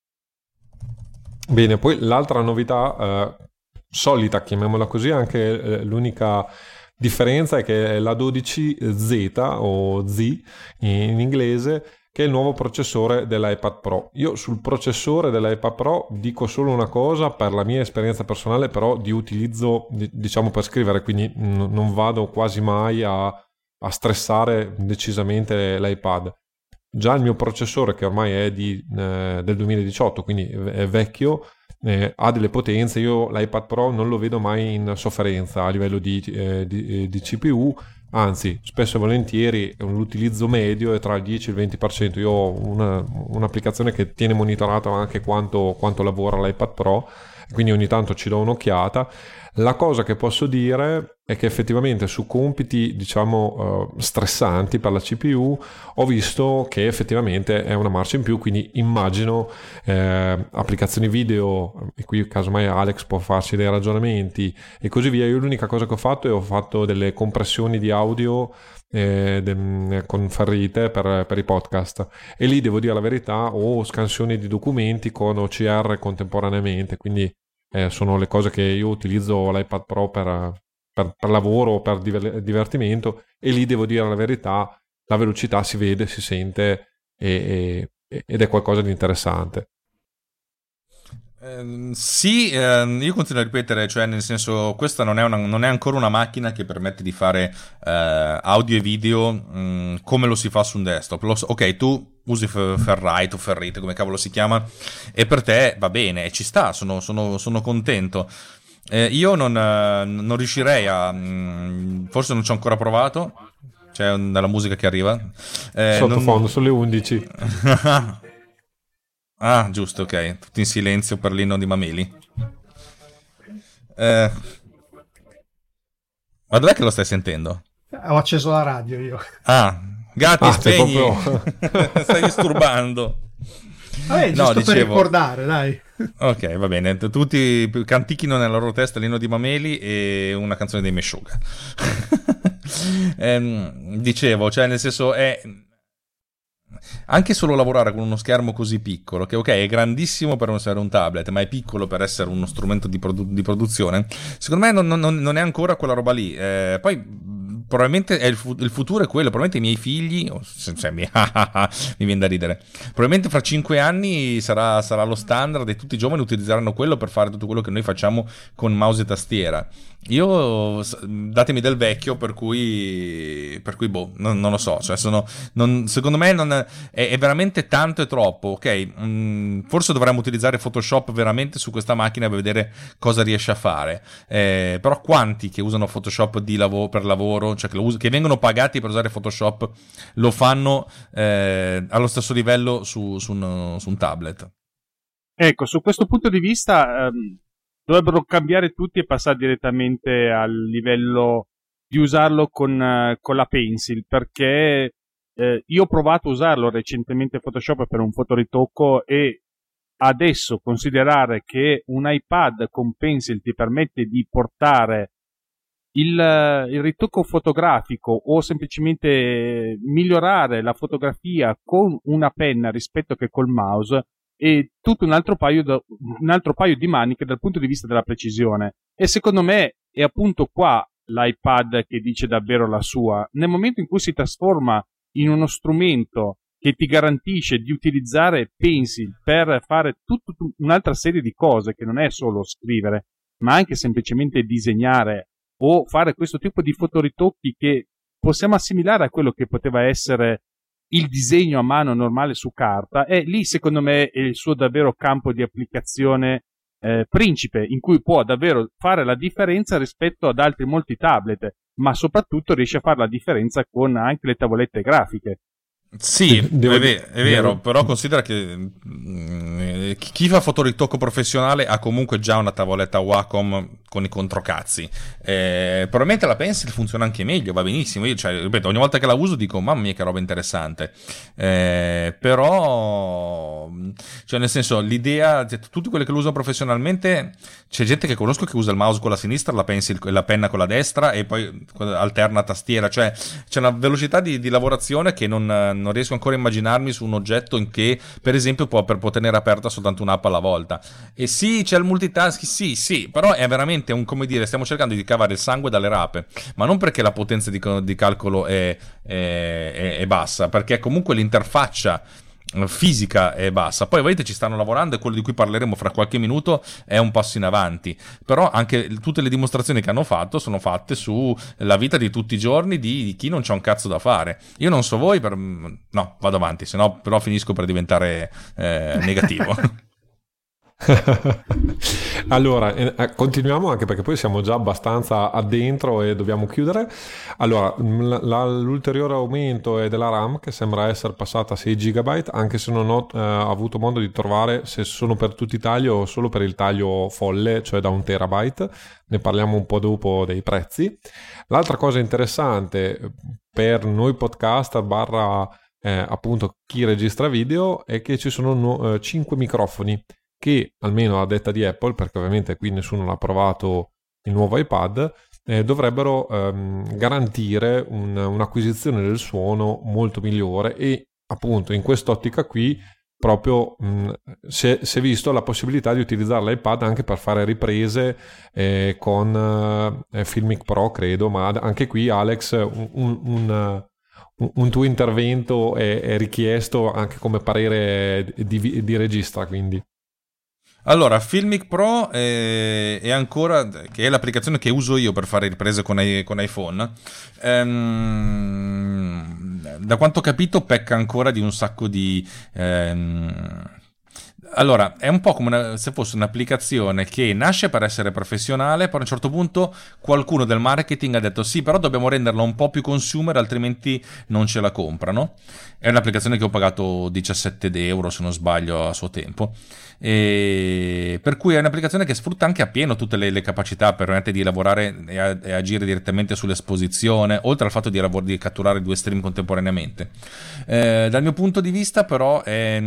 Bene, poi l'altra novità eh... solita, chiamiamola così, anche eh, l'unica differenza è che è la dodici Z o Z in inglese, che è il nuovo processore dell'iPad Pro. Io sul processore dell'iPad Pro dico solo una cosa, per la mia esperienza personale però di utilizzo, diciamo, per scrivere, quindi n- non vado quasi mai a, a stressare decisamente l'iPad. Già il mio processore, che ormai è di, eh, del duemiladiciotto, quindi è vecchio, Eh, ha delle potenze. Io l'iPad Pro non lo vedo mai in sofferenza a livello di, eh, di, di C P U, anzi spesso e volentieri l'utilizzo medio è tra il dieci e il venti per cento. Io ho una, un'applicazione che tiene monitorato anche quanto, quanto lavora l'iPad Pro, quindi ogni tanto ci do un'occhiata. La cosa che posso dire è che effettivamente su compiti, diciamo, uh, stressanti per la C P U ho visto che effettivamente è una marcia in più, quindi immagino eh, applicazioni video, e qui casomai Alex può farci dei ragionamenti e così via. Io l'unica cosa che ho fatto è ho fatto delle compressioni di audio eh, de- con Ferrite per, per i podcast, e lì devo dire la verità, ho scansioni di documenti con O C R contemporaneamente, quindi Eh, sono le cose che io utilizzo l'iPad Pro per, per, per lavoro o per diver- divertimento, e lì devo dire la verità, la velocità si vede, si sente e, e, ed è qualcosa di interessante. Eh, sì, eh, io continuo a ripetere, cioè nel senso, questa non è, una, non è ancora una macchina che permette di fare eh, audio e video mh, come lo si fa su un desktop. Lo, ok, tu usi Ferrite o Ferrite, come cavolo si chiama, e per te va bene, e ci sta, sono, sono, sono contento. Eh, io non, eh, non riuscirei a... Mh, forse non ci ho ancora provato, c'è della musica che arriva. Eh, Sottofondo, non... sulle undici. Ah, giusto, ok. Tutti in silenzio per l'inno di Mameli. Eh... Ma dov'è che lo stai sentendo? Ho acceso la radio io. Ah, Gatti, ah, spegni. Proprio... Stai disturbando. Vabbè, giusto no, dicevo... per ricordare, dai. Ok, va bene. Tutti cantichino nella loro testa l'inno di Mameli e una canzone dei Meshuggah. ehm, dicevo, cioè nel senso è... Anche solo lavorare con uno schermo così piccolo, che ok è grandissimo per essere un tablet, ma è piccolo per essere uno strumento di, produ- di produzione, secondo me non, non, non è ancora quella roba lì. Eh, poi probabilmente è il, fu- il futuro è quello, probabilmente i miei figli, oh, cioè, mi, mi viene da ridere, probabilmente fra cinque anni sarà, sarà lo standard e tutti i giovani utilizzeranno quello per fare tutto quello che noi facciamo con mouse e tastiera. Io datemi del vecchio, per cui per cui boh, non, non lo so, cioè sono non, secondo me non, è, è veramente tanto e troppo. Ok, mh, forse dovremmo utilizzare Photoshop veramente su questa macchina per vedere cosa riesce a fare, eh, però quanti che usano Photoshop di lav- per lavoro, cioè che, lo us- che vengono pagati per usare Photoshop, lo fanno eh, allo stesso livello su, su, un, su un tablet? Ecco, su questo punto di vista ehm, dovrebbero cambiare tutti e passare direttamente al livello di usarlo con, uh, con la Pencil, perché eh, io ho provato a usarlo recentemente Photoshop per un fotoritocco, e adesso considerare che un iPad con Pencil ti permette di portare il, il ritocco fotografico o semplicemente migliorare la fotografia con una penna rispetto che col mouse, e tutto un altro paio da, un altro paio di maniche dal punto di vista della precisione. E secondo me è appunto qua l'iPad che dice davvero la sua. Nel momento in cui si trasforma in uno strumento che ti garantisce di utilizzare Pencil per fare tutta un'altra serie di cose, che non è solo scrivere, ma anche semplicemente disegnare o fare questo tipo di fotoritocchi che possiamo assimilare a quello che poteva essere il disegno a mano normale su carta, e lì secondo me è il suo davvero campo di applicazione eh, principe, in cui può davvero fare la differenza rispetto ad altri molti tablet, ma soprattutto riesce a fare la differenza con anche le tavolette grafiche. Sì, Devo, è, ve- è vero, devo... però considera che mh, chi fa fotoritocco professionale ha comunque già una tavoletta Wacom con i controcazzi. Eh, probabilmente la Pencil funziona anche meglio, va benissimo. Io, cioè, ripeto, ogni volta che la uso dico, mamma mia che roba interessante. Eh, però, cioè nel senso, l'idea, cioè, tutti quelli che lo usano professionalmente, c'è gente che conosco che usa il mouse con la sinistra, la pencil, la penna con la destra e poi alterna tastiera. Cioè c'è una velocità di, di lavorazione che non, non riesco ancora a immaginarmi su un oggetto in che, per esempio, può, per, può tenere aperta soltanto un'app alla volta. E sì, c'è il multitasking, sì, sì, però è veramente un, come dire, stiamo cercando di cavare il sangue dalle rape, ma non perché la potenza di, di calcolo è, è, è, è bassa, perché comunque l'interfaccia fisica è bassa. Poi vedete, ci stanno lavorando e quello di cui parleremo fra qualche minuto è un passo in avanti, però anche tutte le dimostrazioni che hanno fatto sono fatte sulla vita di tutti i giorni di, di chi non c'ha un cazzo da fare. Io non so voi, per... no, vado avanti, se no però finisco per diventare eh, negativo. Allora, eh, continuiamo anche perché poi siamo già abbastanza addentro e dobbiamo chiudere. Allora, l- la- l'ulteriore aumento è della RAM che sembra essere passata a sei giga, anche se non ho eh, avuto modo di trovare se sono per tutti i tagli o solo per il taglio folle, cioè da un terabyte. Ne parliamo un po' dopo dei prezzi. L'altra cosa interessante per noi podcaster barra eh, appunto chi registra video è che ci sono no, eh, cinque microfoni che, almeno a detta di Apple, perché ovviamente qui nessuno l'ha provato il nuovo iPad, eh, dovrebbero ehm, garantire un, un'acquisizione del suono molto migliore e appunto in quest'ottica qui proprio mh, si, è, si è visto la possibilità di utilizzare l'iPad anche per fare riprese eh, con eh, Filmic Pro, credo, ma anche qui Alex un, un, un un tuo intervento è, è richiesto anche come parere di, di regista, quindi. Allora, Filmic Pro è, è ancora, che è l'applicazione che uso io per fare riprese con, con iPhone, ehm, da quanto ho capito pecca ancora di un sacco di... Ehm, allora, è un po' come una, se fosse un'applicazione che nasce per essere professionale, poi a un certo punto qualcuno del marketing ha detto sì, però dobbiamo renderla un po' più consumer, altrimenti non ce la comprano. È un'applicazione che ho pagato diciassette euro, se non sbaglio, a suo tempo. E per cui è un'applicazione che sfrutta anche appieno tutte le, le capacità permette di lavorare e, a, e agire direttamente sull'esposizione, oltre al fatto di, lavor- di catturare due stream contemporaneamente. Eh, dal mio punto di vista però è,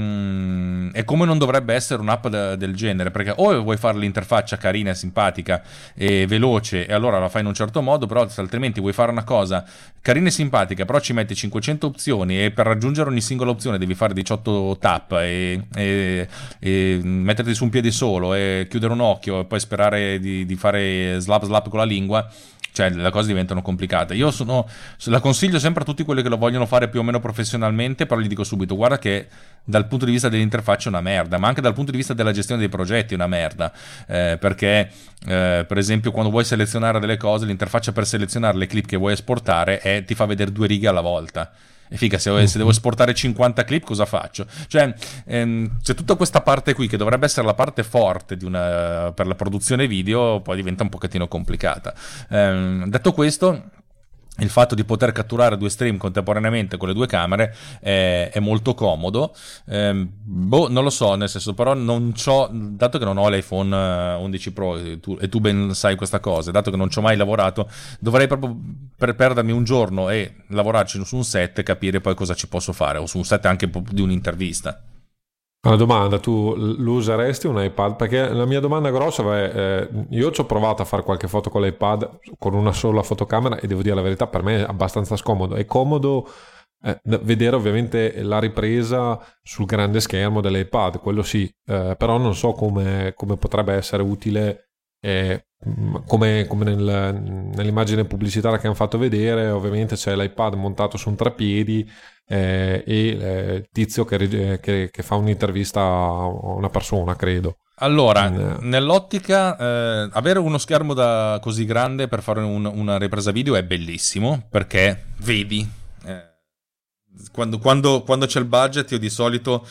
è come non dovrebbe essere un'app da, del genere, perché o vuoi fare l'interfaccia carina e simpatica e veloce e allora la fai in un certo modo, però altrimenti vuoi fare una cosa carina e simpatica però ci metti cinquecento opzioni e per raggiungere ogni singola opzione devi fare diciotto tap e, e, e metterti su un piede solo e chiudere un occhio e poi sperare di, di fare slap slap con la lingua, cioè le cose diventano complicate. Io sono, la consiglio sempre a tutti quelli che lo vogliono fare più o meno professionalmente, però gli dico subito guarda che dal punto di vista dell'interfaccia è una merda, ma anche dal punto di vista della gestione dei progetti è una merda, eh, perché eh, per esempio quando vuoi selezionare delle cose l'interfaccia per selezionare le clip che vuoi esportare è, ti fa vedere due righe alla volta. E figa, se, se devo esportare cinquanta clip cosa faccio? Cioè ehm, c'è tutta questa parte qui che dovrebbe essere la parte forte di una, per la produzione video, poi diventa un pochettino complicata. Ehm, detto questo, il fatto di poter catturare due stream contemporaneamente con le due camere è, è molto comodo. Eh, boh, non lo so, nel senso, però non c'ho, dato che non ho l'iPhone undici Pro e tu, e tu ben sai questa cosa, dato che non ci ho mai lavorato, dovrei proprio per perdermi un giorno e lavorarci su un set e capire poi cosa ci posso fare, o su un set anche di un'intervista. Una domanda, tu lo useresti un iPad? Perché la mia domanda grossa è, eh, io ci ho provato a fare qualche foto con l'iPad con una sola fotocamera e devo dire la verità, per me è abbastanza scomodo. È comodo eh, vedere ovviamente la ripresa sul grande schermo dell'iPad, quello sì, eh, però non so come, come potrebbe essere utile eh, come, come nel, nell'immagine pubblicitaria che hanno fatto vedere. Ovviamente c'è l'iPad montato su un treppiedi Eh, e eh, il tizio che, che, che fa un'intervista a una persona, credo. Allora, In, nell'ottica, eh, avere uno schermo da così grande per fare un, una ripresa video è bellissimo, perché vedi, eh, quando, quando, quando c'è il budget io di solito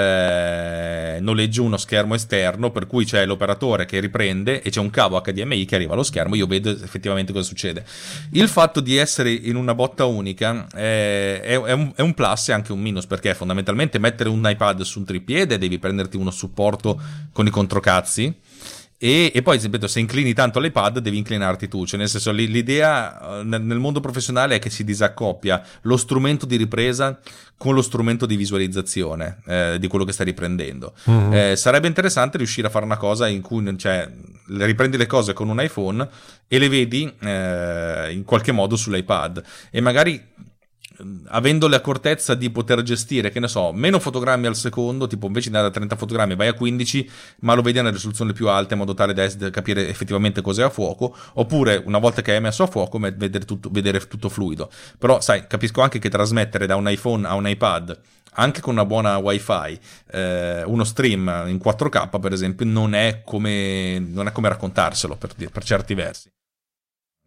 eh, noleggio uno schermo esterno, per cui c'è l'operatore che riprende e c'è un cavo H D M I che arriva allo schermo, io vedo effettivamente cosa succede. Il fatto di essere in una botta unica è, è, è, un, è un plus e anche un minus, perché fondamentalmente mettere un iPad su un tripiede devi prenderti uno supporto con i controcazzi. E, e poi, ripeto, se inclini tanto l'iPad devi inclinarti tu, cioè nel senso l'idea nel, nel mondo professionale è che si disaccoppia lo strumento di ripresa con lo strumento di visualizzazione eh, di quello che stai riprendendo. Mm-hmm. Eh, sarebbe interessante riuscire a fare una cosa in cui, cioè, riprendi le cose con un iPhone e le vedi eh, in qualche modo sull'iPad e magari avendo l'accortezza di poter gestire, che ne so, meno fotogrammi al secondo, tipo invece di andare a trenta fotogrammi vai a quindici, ma lo vedi a una risoluzione più alta in modo tale da capire effettivamente cos'è a fuoco, oppure una volta che è messo a fuoco vedere tutto, vedere tutto fluido. Però sai, capisco anche che trasmettere da un iPhone a un iPad anche con una buona wifi eh, uno stream in quattro K per esempio non è come non è come raccontarselo per, per certi versi.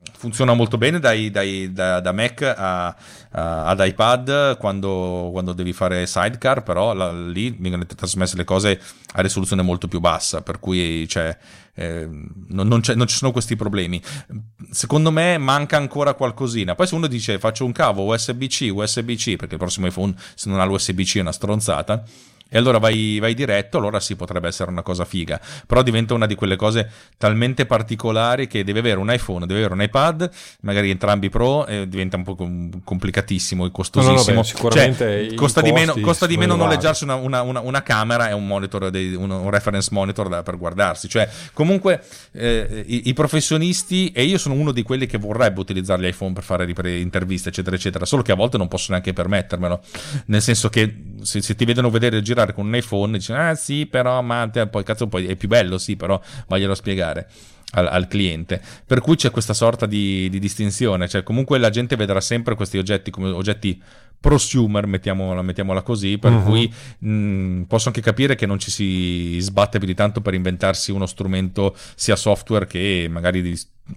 funziona molto bene dai, dai, da, da Mac a, a, ad iPad quando, quando devi fare Sidecar, però la, lì vengono trasmesse le cose a risoluzione molto più bassa, per cui cioè, eh, non, non, c'è, non ci sono questi problemi. Secondo me manca ancora qualcosina. Poi se uno dice faccio un cavo U S B C, U S B C, perché il prossimo iPhone se non ha l'U S B C è una stronzata, e allora vai, vai diretto, allora sì, potrebbe essere una cosa figa, però diventa una di quelle cose talmente particolari che deve avere un iPhone, deve avere un iPad, magari entrambi Pro, e diventa un po' complicatissimo e costosissimo. No, no, beh, sicuramente cioè, costa, di meno, costa di meno noleggiarsi una, una, una, una camera e un monitor, dei, un, un reference monitor da, per guardarsi. Cioè, comunque eh, i, i professionisti, e io sono uno di quelli che vorrebbe utilizzare gli iPhone per fare ripre- interviste eccetera eccetera, solo che a volte non posso neanche permettermelo, nel senso che se, se ti vedono vedere girare con un iPhone dici ah sì però ma te, poi cazzo poi è più bello, sì, però vaglielo spiegare al, al cliente, per cui c'è questa sorta di, di distinzione, cioè comunque la gente vedrà sempre questi oggetti come oggetti prosumer, mettiamola, mettiamola così, per uh-huh. cui mh, posso anche capire che non ci si sbatte più di tanto per inventarsi uno strumento sia software che magari di,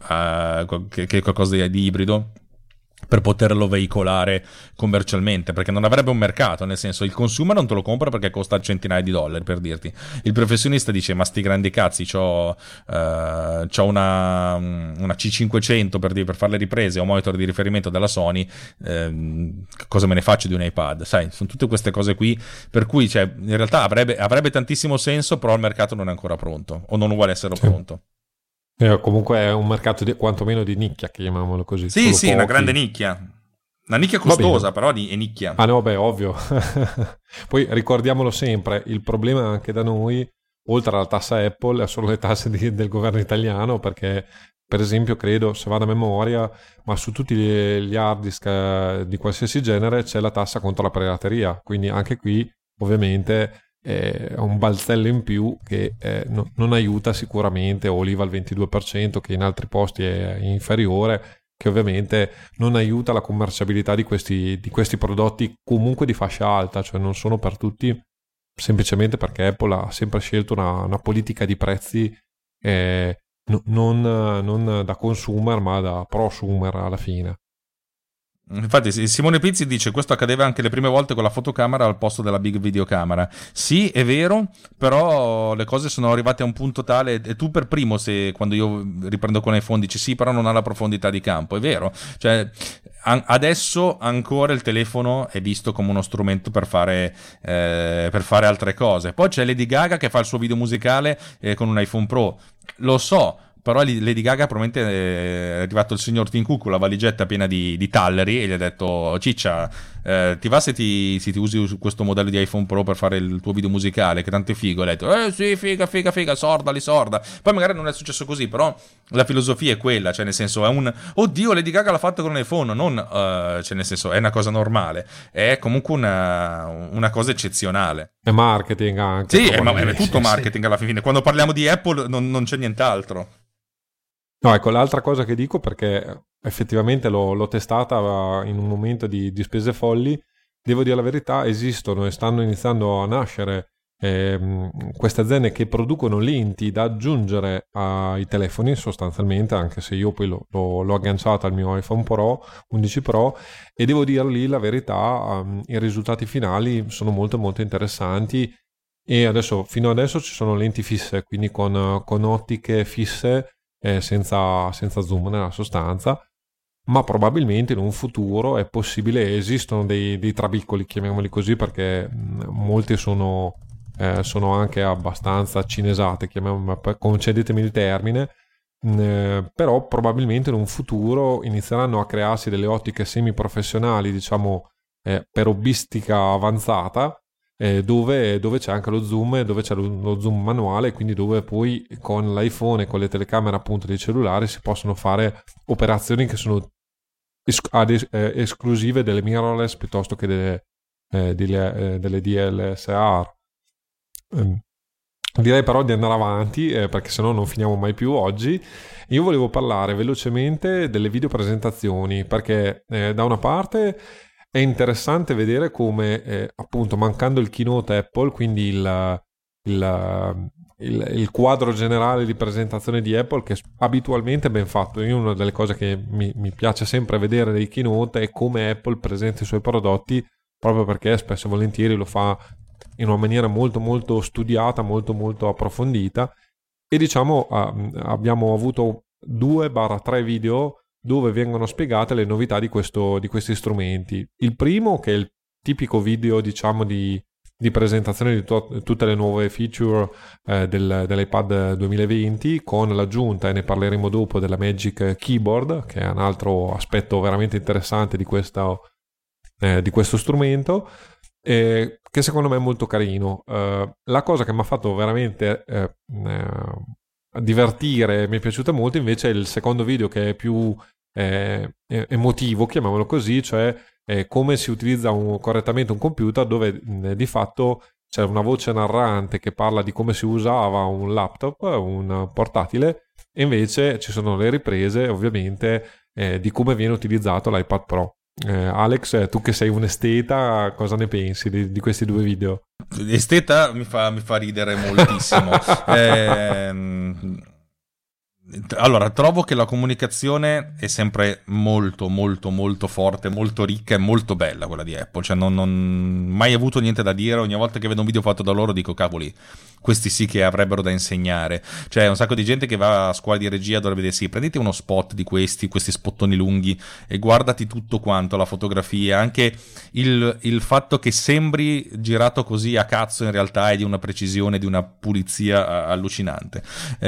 uh, che, che qualcosa di, di ibrido per poterlo veicolare commercialmente, perché non avrebbe un mercato, nel senso il consumer non te lo compra perché costa centinaia di dollari, per dirti. Il professionista dice ma sti grandi cazzi, c'ho, uh, c'ho una, una C cinquecento per, per fare le riprese, ho un monitor di riferimento della Sony, eh, cosa me ne faccio di un iPad? Sai, sono tutte queste cose qui, per cui cioè, in realtà avrebbe, avrebbe tantissimo senso, però il mercato non è ancora pronto, o non vuole essere sì. pronto. Eh, comunque è un mercato di, quantomeno di nicchia, chiamiamolo così. Sì, sì, pochi. Una grande nicchia. Una nicchia costosa, però è nicchia. Ah no, beh, ovvio. Poi ricordiamolo sempre, il problema anche da noi, oltre alla tassa Apple, sono le tasse di, del governo italiano, perché per esempio credo, se vado a memoria, ma su tutti gli, gli hard disk di qualsiasi genere c'è la tassa contro la pirateria, quindi anche qui ovviamente è un balzello in più che eh, no, non aiuta sicuramente, o l'I V A al ventidue per cento che in altri posti è inferiore, che ovviamente non aiuta la commerciabilità di questi, di questi prodotti comunque di fascia alta, cioè non sono per tutti, semplicemente perché Apple ha sempre scelto una, una politica di prezzi eh, no, non, non da consumer ma da prosumer alla fine. Infatti Simone Pizzi dice questo accadeva anche le prime volte con la fotocamera al posto della big videocamera. Sì, è vero, però le cose sono arrivate a un punto tale, e tu per primo, se quando io riprendo con iPhone dici sì però non ha la profondità di campo, è vero, cioè an- adesso ancora il telefono è visto come uno strumento per fare, eh, per fare altre cose. Poi c'è Lady Gaga che fa il suo video musicale eh, con un iPhone Pro, lo so, però Lady Gaga probabilmente è arrivato il signor Tim Cook con la valigetta piena di, di talleri e gli ha detto ciccia, eh, ti va se ti, se ti usi questo modello di iPhone Pro per fare il tuo video musicale che tanto è figo? E ha detto eh sì figa figa figa sordali sorda. Poi magari non è successo così, però la filosofia è quella, cioè nel senso è un oddio Lady Gaga l'ha fatto con un iPhone, non uh, cioè nel senso è una cosa normale, è comunque una, una cosa eccezionale, è marketing anche, sì, è, ma, è tutto marketing alla fine. Quando parliamo di Apple non, non c'è nient'altro. No, ecco, l'altra cosa che dico, perché effettivamente l'ho, l'ho testata in un momento di, di spese folli, devo dire la verità, esistono e stanno iniziando a nascere eh, queste aziende che producono lenti da aggiungere ai telefoni sostanzialmente, anche se io poi l'ho, l'ho, l'ho agganciata al mio iPhone Pro, undici Pro, e devo dirgli la verità, um, i risultati finali sono molto molto interessanti. E adesso, fino adesso ci sono lenti fisse, quindi con, con ottiche fisse, Eh, senza, senza zoom nella sostanza, ma probabilmente in un futuro è possibile, esistono dei, dei trabiccoli, chiamiamoli così, perché mh, molti sono, eh, sono anche abbastanza cinesate, concedetemi il termine, mh, però probabilmente in un futuro inizieranno a crearsi delle ottiche semiprofessionali, diciamo eh, per hobbistica avanzata, Eh, dove, dove c'è anche lo zoom, dove c'è lo, lo zoom manuale, quindi dove poi con l'iPhone e con le telecamere appunto dei cellulari si possono fare operazioni che sono es- ad es- eh, esclusive delle mirrorless piuttosto che delle, eh, delle, eh, delle D S L R. Eh, direi però di andare avanti eh, perché sennò non finiamo mai più oggi. Io volevo parlare velocemente delle videopresentazioni, perché eh, da una parte è interessante vedere come, eh, appunto, mancando il keynote Apple, quindi il, il, il, il quadro generale di presentazione di Apple, che abitualmente è ben fatto. Io una delle cose che mi, mi piace sempre vedere nei keynote è come Apple presenta i suoi prodotti, proprio perché spesso e volentieri lo fa in una maniera molto molto studiata, molto molto approfondita. E diciamo uh, abbiamo avuto due barra tre video dove vengono spiegate le novità di, questo, di questi strumenti. Il primo, che è il tipico video diciamo di, di presentazione di to- tutte le nuove feature eh, del, dell'iPad duemilaventi, con l'aggiunta, e ne parleremo dopo, della Magic Keyboard, che è un altro aspetto veramente interessante di, questa, eh, di questo strumento, eh, che secondo me è molto carino. Eh, la cosa che mi ha fatto veramente eh, eh, divertire, mi è piaciuta molto, invece è il secondo video, che è più eh, emotivo, chiamiamolo così, cioè eh, come si utilizza un, correttamente un computer, dove eh, di fatto c'è una voce narrante che parla di come si usava un laptop, un portatile, e invece ci sono le riprese ovviamente eh, di come viene utilizzato l'iPad Pro. Eh, Alex, tu che sei un esteta, cosa ne pensi di, di questi due video? Esteta mi fa, mi fa ridere moltissimo. eh, allora, trovo che la comunicazione è sempre molto molto molto forte, molto ricca e molto bella, quella di Apple. Cioè non, non mai avuto niente da dire. Ogni volta che vedo un video fatto da loro dico cavoli, questi sì che avrebbero da insegnare. Cioè un sacco di gente che va a scuola di regia dovrebbe dire sì, prenditi uno spot di questi, questi spottoni lunghi e guardati tutto quanto, la fotografia, anche il, il fatto che sembri girato così a cazzo in realtà è di una precisione, di una pulizia allucinante.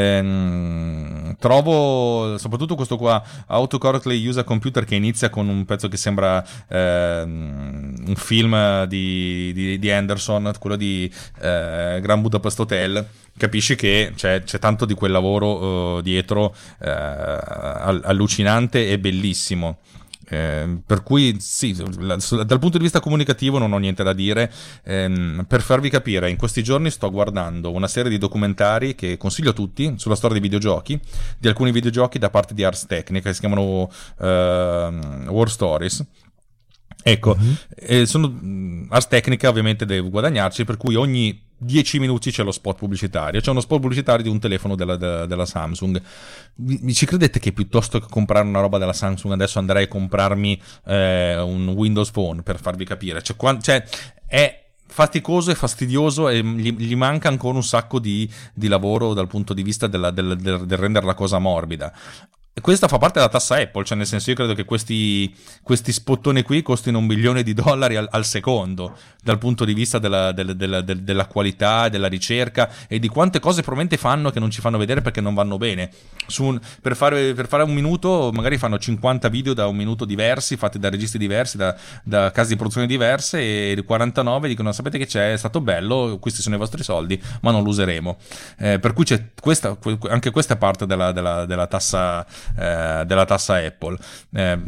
Ehm, trovo soprattutto questo qua, Autocorrectly Use a Computer, che inizia con un pezzo che sembra ehm, un film di, di, di Anderson, quello di eh, Grand Budapest Hotel. Capisci che c'è, c'è tanto di quel lavoro uh, dietro, uh, allucinante e bellissimo. Eh, per cui sì, dal punto di vista comunicativo non ho niente da dire. Eh, per farvi capire, in questi giorni sto guardando una serie di documentari che consiglio a tutti sulla storia dei videogiochi, di alcuni videogiochi da parte di Ars Technica, che si chiamano uh, War Stories. Ecco, mm-hmm. eh, sono, Ars Technica ovviamente deve guadagnarci, per cui ogni dieci minuti c'è lo spot pubblicitario. C'è uno spot pubblicitario di un telefono della, della, della Samsung. Mi ci credete che piuttosto che comprare una roba della Samsung adesso andrei a comprarmi eh, un Windows Phone, per farvi capire? Cioè, quando, cioè è faticoso e fastidioso e gli, gli manca ancora un sacco di, di lavoro dal punto di vista della, del, del, del rendere la cosa morbida. Questa fa parte della tassa Apple, cioè nel senso, io credo che questi, questi spottoni qui costino un milione di dollari al, al secondo, dal punto di vista della, della, della, della qualità, della ricerca e di quante cose probabilmente fanno che non ci fanno vedere perché non vanno bene. Su un, per, fare, per fare un minuto magari fanno cinquanta video da un minuto diversi, fatti da registi diversi, da, da case di produzione diverse, e quarantanove dicono sapete che c'è, è stato bello, questi sono i vostri soldi ma non lo useremo. Eh, per cui c'è questa, anche questa è parte della, della, della tassa Eh, della tassa Apple, eh,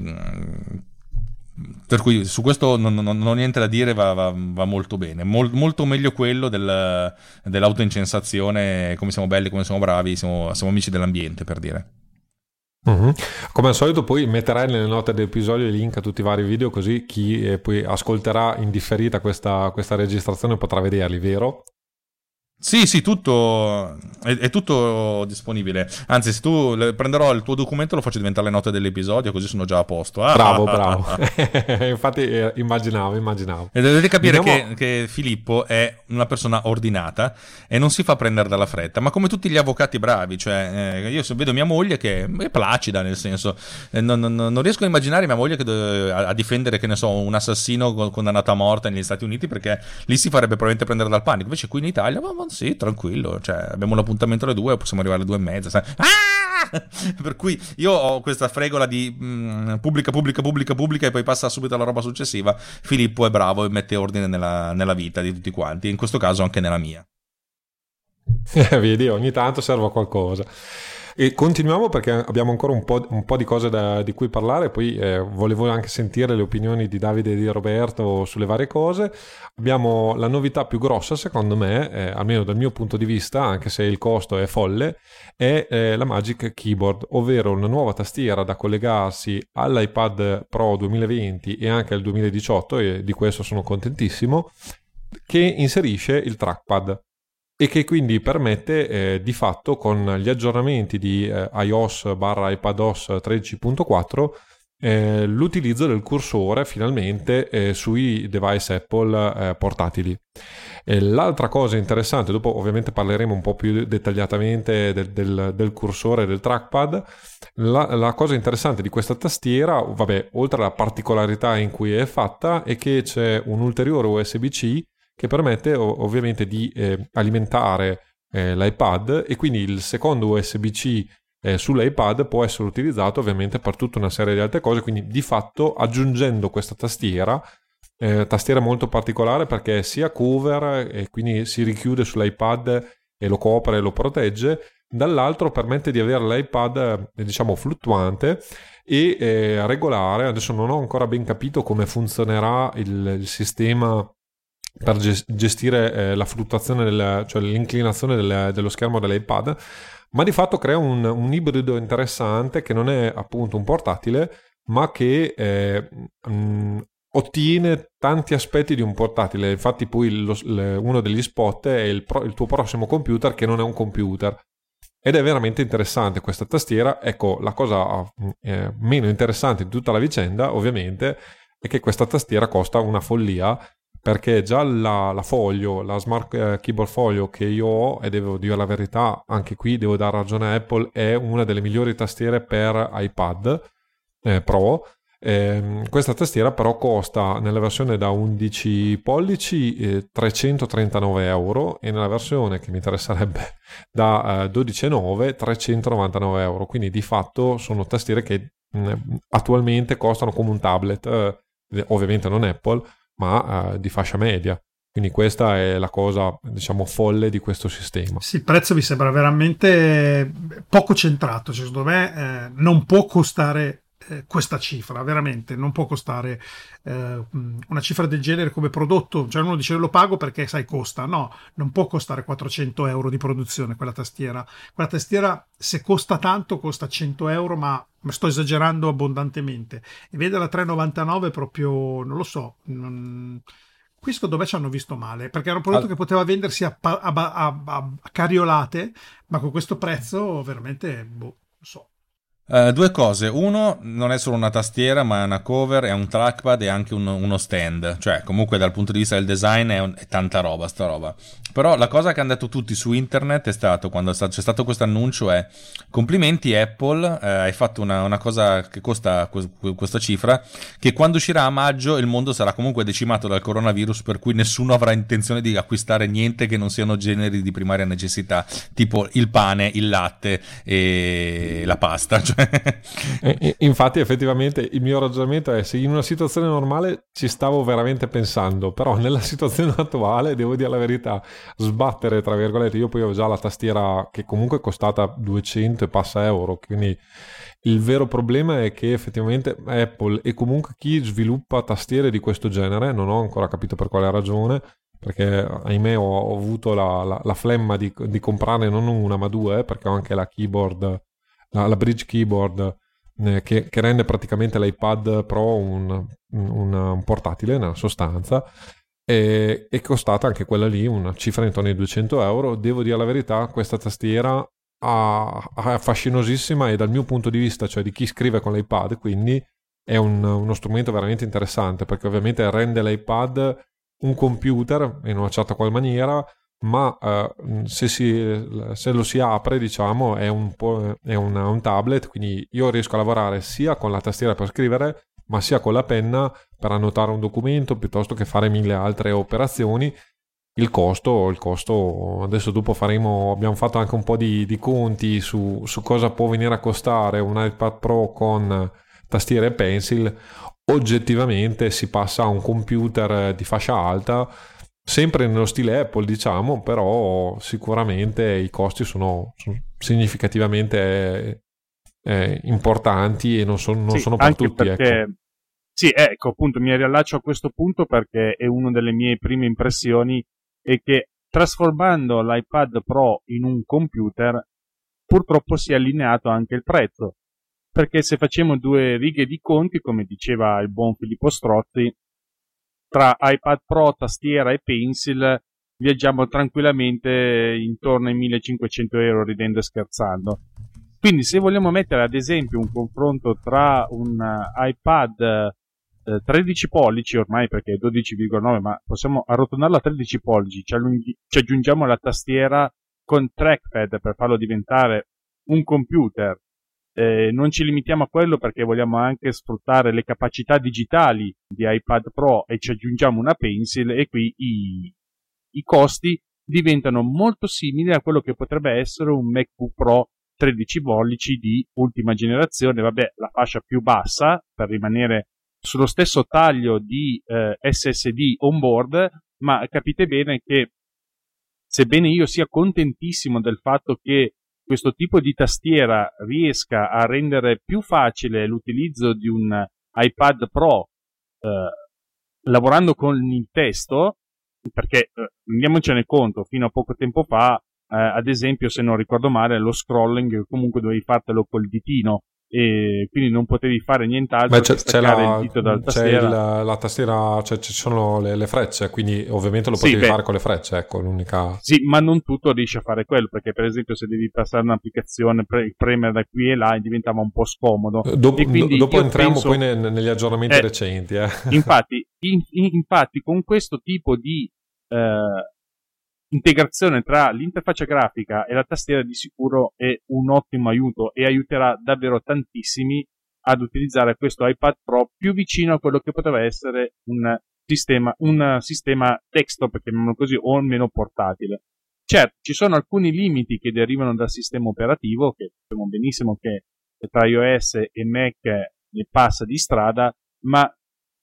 per cui su questo non, non, non ho niente da dire, va, va, va molto bene, Mol, molto meglio quello del, dell'autoincensazione, come siamo belli, come siamo bravi, siamo, siamo amici dell'ambiente, per dire. Mm-hmm. Come al solito poi metterai nelle note dell'episodio il link a tutti i vari video, così chi eh, poi ascolterà in differita questa, questa registrazione potrà vederli, vero? Sì, sì, tutto è, è tutto disponibile. Anzi, se tu le, prenderò il tuo documento, lo faccio diventare le note dell'episodio, così sono già a posto. Ah, bravo, ah, bravo. Ah, ah. Infatti eh, immaginavo, immaginavo. E dovete capire Vediamo... che, che Filippo è una persona ordinata e non si fa prendere dalla fretta, ma come tutti gli avvocati bravi. Cioè, eh, io vedo mia moglie che è placida, nel senso, eh, non, non, non riesco a immaginare mia moglie che deve, a, a difendere, che ne so, un assassino condannato a morte negli Stati Uniti, perché lì si farebbe probabilmente prendere dal panico. Invece qui in Italia, ma, ma sì, tranquillo, cioè abbiamo un appuntamento alle due, possiamo arrivare alle due e mezza, sai? Ah! Per cui io ho questa fregola di mh, pubblica, pubblica, pubblica, pubblica e poi passa subito alla roba successiva. Filippo è bravo e mette ordine nella, nella vita di tutti quanti, in questo caso anche nella mia. Vedi, ogni tanto serve a qualcosa. E continuiamo, perché abbiamo ancora un po', un po' di cose da, di cui parlare. Poi eh, volevo anche sentire le opinioni di Davide e di Roberto sulle varie cose. Abbiamo la novità più grossa, secondo me, eh, almeno dal mio punto di vista, anche se il costo è folle, è eh, la Magic Keyboard, ovvero una nuova tastiera da collegarsi all'iPad Pro duemilaventi e anche al duemiladiciotto, e di questo sono contentissimo, che inserisce il trackpad. e che quindi permette eh, di fatto con gli aggiornamenti di eh, iOS barra iPadOS tredici punto quattro eh, l'utilizzo del cursore finalmente eh, sui device Apple eh, portatili. E l'altra cosa interessante, dopo ovviamente parleremo un po' più dettagliatamente del, del, del cursore e del trackpad, la, la cosa interessante di questa tastiera, vabbè, oltre alla particolarità in cui è fatta, è che c'è un ulteriore U S B-C che permette ovviamente di eh, alimentare eh, l'iPad, e quindi il secondo U S B-C eh, sull'iPad può essere utilizzato ovviamente per tutta una serie di altre cose, quindi di fatto aggiungendo questa tastiera, eh, tastiera molto particolare perché è sia cover e quindi si richiude sull'iPad e lo copre e lo protegge, dall'altro permette di avere l'iPad eh, diciamo fluttuante e eh, regolare. Adesso non ho ancora ben capito come funzionerà il, il sistema per gestire eh, la fluttuazione, del, cioè l'inclinazione del, dello schermo dell'iPad, ma di fatto crea un, un ibrido interessante che non è appunto un portatile, ma che eh, mh, ottiene tanti aspetti di un portatile. Infatti poi lo, le, uno degli spot è il, pro, il tuo prossimo computer che non è un computer, ed è veramente interessante questa tastiera. Ecco, la cosa eh, meno interessante di tutta la vicenda ovviamente è che questa tastiera costa una follia, perché già la, la Folio, la Smart Keyboard Folio che io ho, e devo dire la verità, anche qui devo dare ragione a Apple, è una delle migliori tastiere per iPad eh, Pro. Eh, questa tastiera però costa nella versione da undici pollici eh, trecentotrentanove euro, e nella versione che mi interesserebbe da eh, dodici virgola nove trecentonovantanove euro, quindi di fatto sono tastiere che mh, attualmente costano come un tablet, eh, ovviamente non Apple, ma uh, di fascia media. Quindi questa è la cosa, diciamo, folle di questo sistema. Sì, il prezzo mi sembra veramente poco centrato. Cioè, secondo me eh, non può costare eh, questa cifra, veramente non può costare eh, una cifra del genere come prodotto. Cioè uno dice lo pago perché sai costa, no, non può costare quattrocento euro di produzione quella tastiera. Quella tastiera, se costa tanto, costa cento euro, ma sto esagerando abbondantemente, e vede la tre virgola novantanove proprio, non lo so, non... qui secondo me ci hanno visto male, perché era un prodotto All... che poteva vendersi a, a, a, a, a cariolate, ma con questo prezzo veramente, boh, non so. Uh, due cose: uno, non è solo una tastiera, ma è una cover, è un trackpad e anche un, uno stand, cioè comunque dal punto di vista del design è, un, è tanta roba sta roba. Però la cosa che hanno detto tutti su internet è stato, quando c'è stato questo annuncio, è: complimenti Apple, eh, hai fatto una, una cosa che costa questa cifra, che quando uscirà a maggio il mondo sarà comunque decimato dal coronavirus, per cui nessuno avrà intenzione di acquistare niente che non siano generi di primaria necessità, tipo il pane, il latte e la pasta, cioè. E, infatti effettivamente il mio ragionamento è: se in una situazione normale ci stavo veramente pensando, però nella situazione attuale, devo dire la verità, sbattere tra virgolette, io poi ho già la tastiera che comunque è costata duecento e passa euro, quindi il vero problema è che effettivamente Apple e comunque chi sviluppa tastiere di questo genere, non ho ancora capito per quale ragione, perché ahimè ho, ho avuto la, la, la flemma di, di comprarne non una ma due, perché ho anche la keyboard, la, la Bridge Keyboard eh, che, che rende praticamente l'iPad Pro un, un, un portatile nella sostanza, e è costata anche quella lì una cifra intorno ai duecento euro. Devo dire la verità, questa tastiera è fascinosissima, e dal mio punto di vista, cioè di chi scrive con l'iPad, quindi è un, uno strumento veramente interessante, perché ovviamente rende l'iPad un computer in una certa qual maniera, ma eh, se, si, se lo si apre, diciamo, è, un, po', è un, un tablet, quindi io riesco a lavorare sia con la tastiera per scrivere, ma sia con la penna per annotare un documento, piuttosto che fare mille altre operazioni. Il costo, il costo adesso dopo faremo, abbiamo fatto anche un po' di, di conti su, su cosa può venire a costare un iPad Pro con tastiera e pencil. Oggettivamente si passa a un computer di fascia alta, sempre nello stile Apple, diciamo, però sicuramente i costi sono, sono significativamente eh, importanti, e non, so, non sì, sono per tutti, perché... ecco. Sì, ecco, appunto, mi riallaccio a questo punto perché è una delle mie prime impressioni, è che trasformando l'iPad Pro in un computer purtroppo si è allineato anche il prezzo, perché se facciamo due righe di conti, come diceva il buon Filippo Strozzi, tra iPad Pro, tastiera e pencil viaggiamo tranquillamente intorno ai millecinquecento euro, ridendo e scherzando. Quindi se vogliamo mettere ad esempio un confronto tra un iPad eh, tredici pollici, ormai perché è dodici virgola nove, ma possiamo arrotondarlo a tredici pollici, ci, allunghi- ci aggiungiamo la tastiera con trackpad per farlo diventare un computer, eh, non ci limitiamo a quello perché vogliamo anche sfruttare le capacità digitali di iPad Pro e ci aggiungiamo una pencil, e qui i, i costi diventano molto simili a quello che potrebbe essere un MacBook Pro tredici pollici di ultima generazione. Vabbè, la fascia più bassa per rimanere sullo stesso taglio di eh, S S D onboard, ma capite bene che sebbene io sia contentissimo del fatto che questo tipo di tastiera riesca a rendere più facile l'utilizzo di un iPad Pro eh, lavorando con il testo, perché eh, rendiamocene conto, fino a poco tempo fa Uh, ad esempio, se non ricordo male, lo scrolling comunque dovevi fartelo col ditino e quindi non potevi fare nient'altro Beh, c'è, che staccare la, il dito dalla c'è tastiera. Il, la tastiera, cioè ci sono le, le frecce, quindi ovviamente lo Sì, potevi beh, fare con le frecce, ecco, l'unica... Sì, ma non tutto riesce a fare quello, perché per esempio se devi passare un'applicazione, pre- premere da qui e là, diventava un po' scomodo. Dopo, e quindi dopo io entriamo penso, poi ne, negli aggiornamenti eh, recenti. Eh. Infatti, in, in, infatti, con questo tipo di eh, integrazione tra l'interfaccia grafica e la tastiera di sicuro è un ottimo aiuto e aiuterà davvero tantissimi ad utilizzare questo iPad Pro più vicino a quello che poteva essere un sistema, un sistema desktop, chiamiamolo così, o almeno portatile. Certo, ci sono alcuni limiti che derivano dal sistema operativo, che sappiamo benissimo che tra iOS e Mac ne passa di strada, ma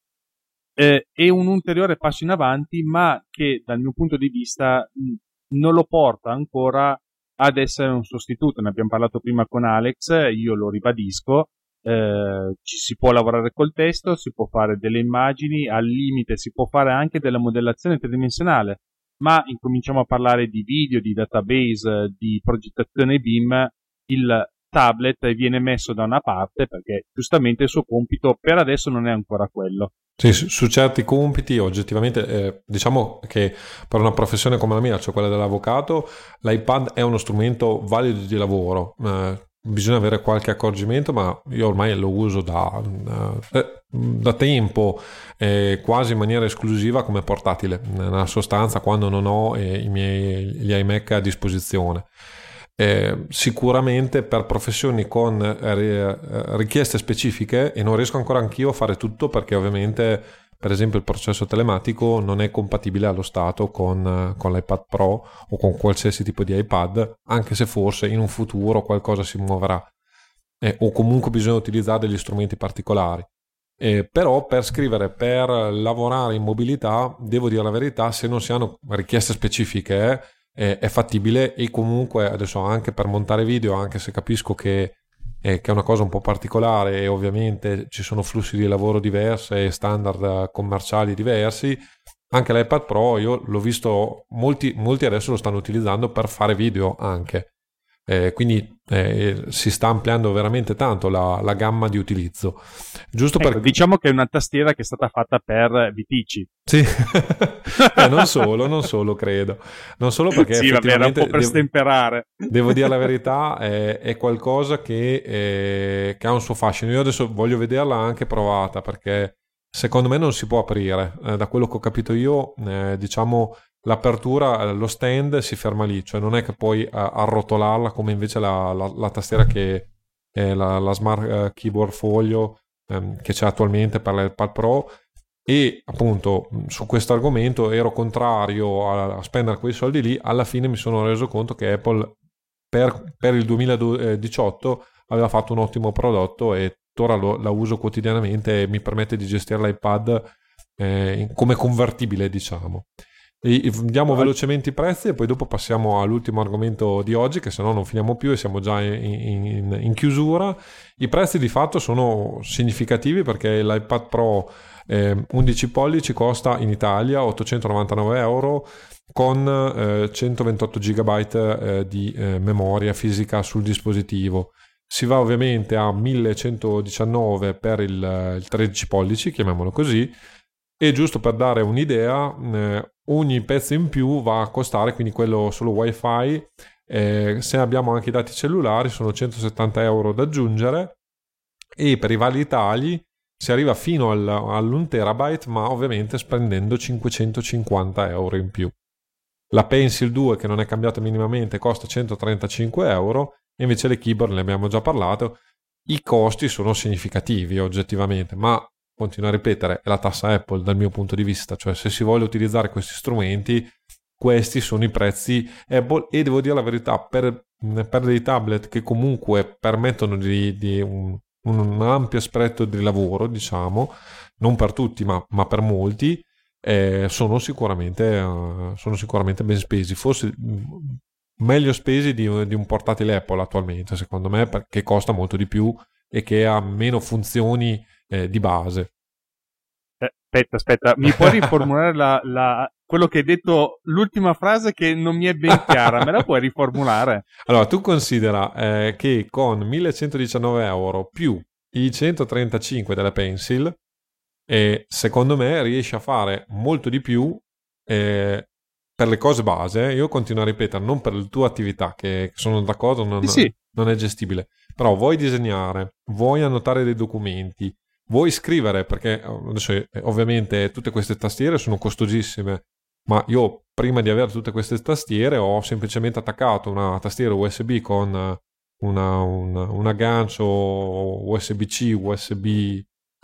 Eh, è un ulteriore passo in avanti, ma che dal mio punto di vista mh, non lo porta ancora ad essere un sostituto. Ne abbiamo parlato prima con Alex, io lo ribadisco, eh, ci si può lavorare col testo, si può fare delle immagini, al limite si può fare anche della modellazione tridimensionale, ma incominciamo a parlare di video, di database, di progettazione B I M, il tablet viene messo da una parte perché giustamente il suo compito per adesso non è ancora quello. Sì, su, su certi compiti oggettivamente eh, diciamo che per una professione come la mia, cioè quella dell'avvocato, l'iPad è uno strumento valido di lavoro. Eh, bisogna avere qualche accorgimento, ma io ormai lo uso da, eh, da tempo, eh, quasi in maniera esclusiva come portatile, nella sostanza quando non ho eh, i miei, gli iMac a disposizione. Eh, sicuramente per professioni con eh, richieste specifiche, e non riesco ancora anch'io a fare tutto perché ovviamente per esempio il processo telematico non è compatibile allo stato con, con l'iPad Pro o con qualsiasi tipo di iPad, anche se forse in un futuro qualcosa si muoverà, eh, o comunque bisogna utilizzare degli strumenti particolari. Eh, però per scrivere, per lavorare in mobilità, devo dire la verità, se non si hanno richieste specifiche eh, è fattibile, e comunque adesso anche per montare video, anche se capisco che, eh, che è una cosa un po' particolare e ovviamente ci sono flussi di lavoro diversi e standard commerciali diversi, anche l'iPad Pro io l'ho visto, molti, molti adesso lo stanno utilizzando per fare video anche, eh, quindi eh, si sta ampliando veramente tanto la, la gamma di utilizzo. Giusto ecco, per... diciamo che è una tastiera che è stata fatta per Vitici. Sì, eh, non solo, non solo credo, non solo perché sì, vabbè, era un po' per devo, stemperare. Devo dire la verità, è, è qualcosa che, è, che ha un suo fascino. Io adesso voglio vederla anche provata perché secondo me non si può aprire. Eh, da quello che ho capito io, eh, diciamo l'apertura, lo stand si ferma lì, cioè non è che puoi uh, arrotolarla come invece la, la, la tastiera che è la, la Smart uh, Keyboard Folio um, che c'è attualmente per l'iPad Pro. E appunto su questo argomento ero contrario a, a spendere quei soldi lì. Alla fine mi sono reso conto che Apple per, per il duemiladiciotto aveva fatto un ottimo prodotto e ora lo, la uso quotidianamente e mi permette di gestire l'iPad eh, come convertibile, diciamo. E diamo velocemente i prezzi e poi dopo passiamo all'ultimo argomento di oggi, che se no non finiamo più e siamo già in, in, in chiusura. I prezzi di fatto sono significativi perché l'iPad Pro eh, undici pollici costa in Italia ottocentonovantanove euro con eh, centoventotto giga eh, di eh, memoria fisica sul dispositivo. Si va ovviamente a millecentodiciannove per il, il tredici pollici, chiamiamolo così, E giusto per dare un'idea, eh, ogni pezzo in più va a costare, quindi quello solo wifi, eh, se abbiamo anche i dati cellulari sono centosettanta euro da aggiungere, e per i vari tagli si arriva fino al, all'un terabyte, ma ovviamente spendendo cinquecentocinquanta euro in più. La Pencil due, che non è cambiata minimamente, costa centotrentacinque euro, e invece le keyboard, ne abbiamo già parlato, i costi sono significativi oggettivamente, ma continuo a ripetere, è la tassa Apple dal mio punto di vista, cioè se si vuole utilizzare questi strumenti, questi sono i prezzi Apple, e devo dire la verità, per, per dei tablet che comunque permettono di, di un, un ampio spettro di lavoro, diciamo, non per tutti ma, ma per molti, eh, sono sicuramente uh, sono sicuramente ben spesi, forse meglio spesi di, di un portatile Apple attualmente, secondo me, perché costa molto di più e che ha meno funzioni Eh, di base. Eh, aspetta, aspetta, mi puoi riformulare la, la, quello che hai detto, l'ultima frase che non mi è ben chiara, me la puoi riformulare? Allora, tu considera eh, che con millecentodiciannove euro più i centotrentacinque della Pencil, eh, secondo me riesci a fare molto di più eh, per le cose base. Io continuo a ripetere, non per la tua attività, che sono d'accordo, non, sì, sì. non è gestibile, però vuoi disegnare, vuoi annotare dei documenti, vuoi scrivere, perché adesso ovviamente tutte queste tastiere sono costosissime, ma io prima di avere tutte queste tastiere ho semplicemente attaccato una tastiera U S B con una, una, un aggancio U S B C, U S B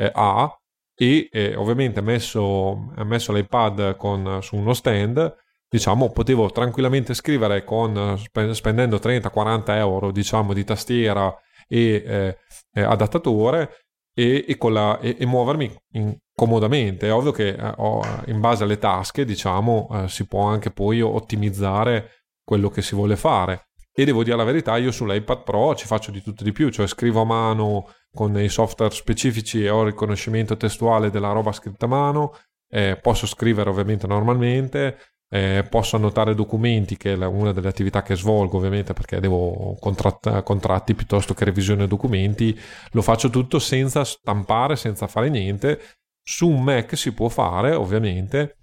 A, e eh, ovviamente messo, messo l'iPad con, su uno stand, diciamo, potevo tranquillamente scrivere con, spendendo trenta quaranta euro, diciamo, di tastiera e eh, eh, adattatore, E, e, con la, e, e muovermi in, comodamente. È ovvio che eh, ho, in base alle tasche, diciamo, eh, si può anche poi ottimizzare quello che si vuole fare, e devo dire la verità, io sull'iPad Pro ci faccio di tutto di più, cioè scrivo a mano con i software specifici e ho il riconoscimento testuale della roba scritta a mano, eh, posso scrivere ovviamente normalmente, Eh, posso annotare documenti, che è una delle attività che svolgo ovviamente, perché devo contratt- contratti piuttosto che revisione documenti, lo faccio tutto senza stampare, senza fare niente. Su un Mac si può fare ovviamente,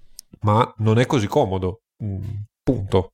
ma non è così comodo, mm, punto.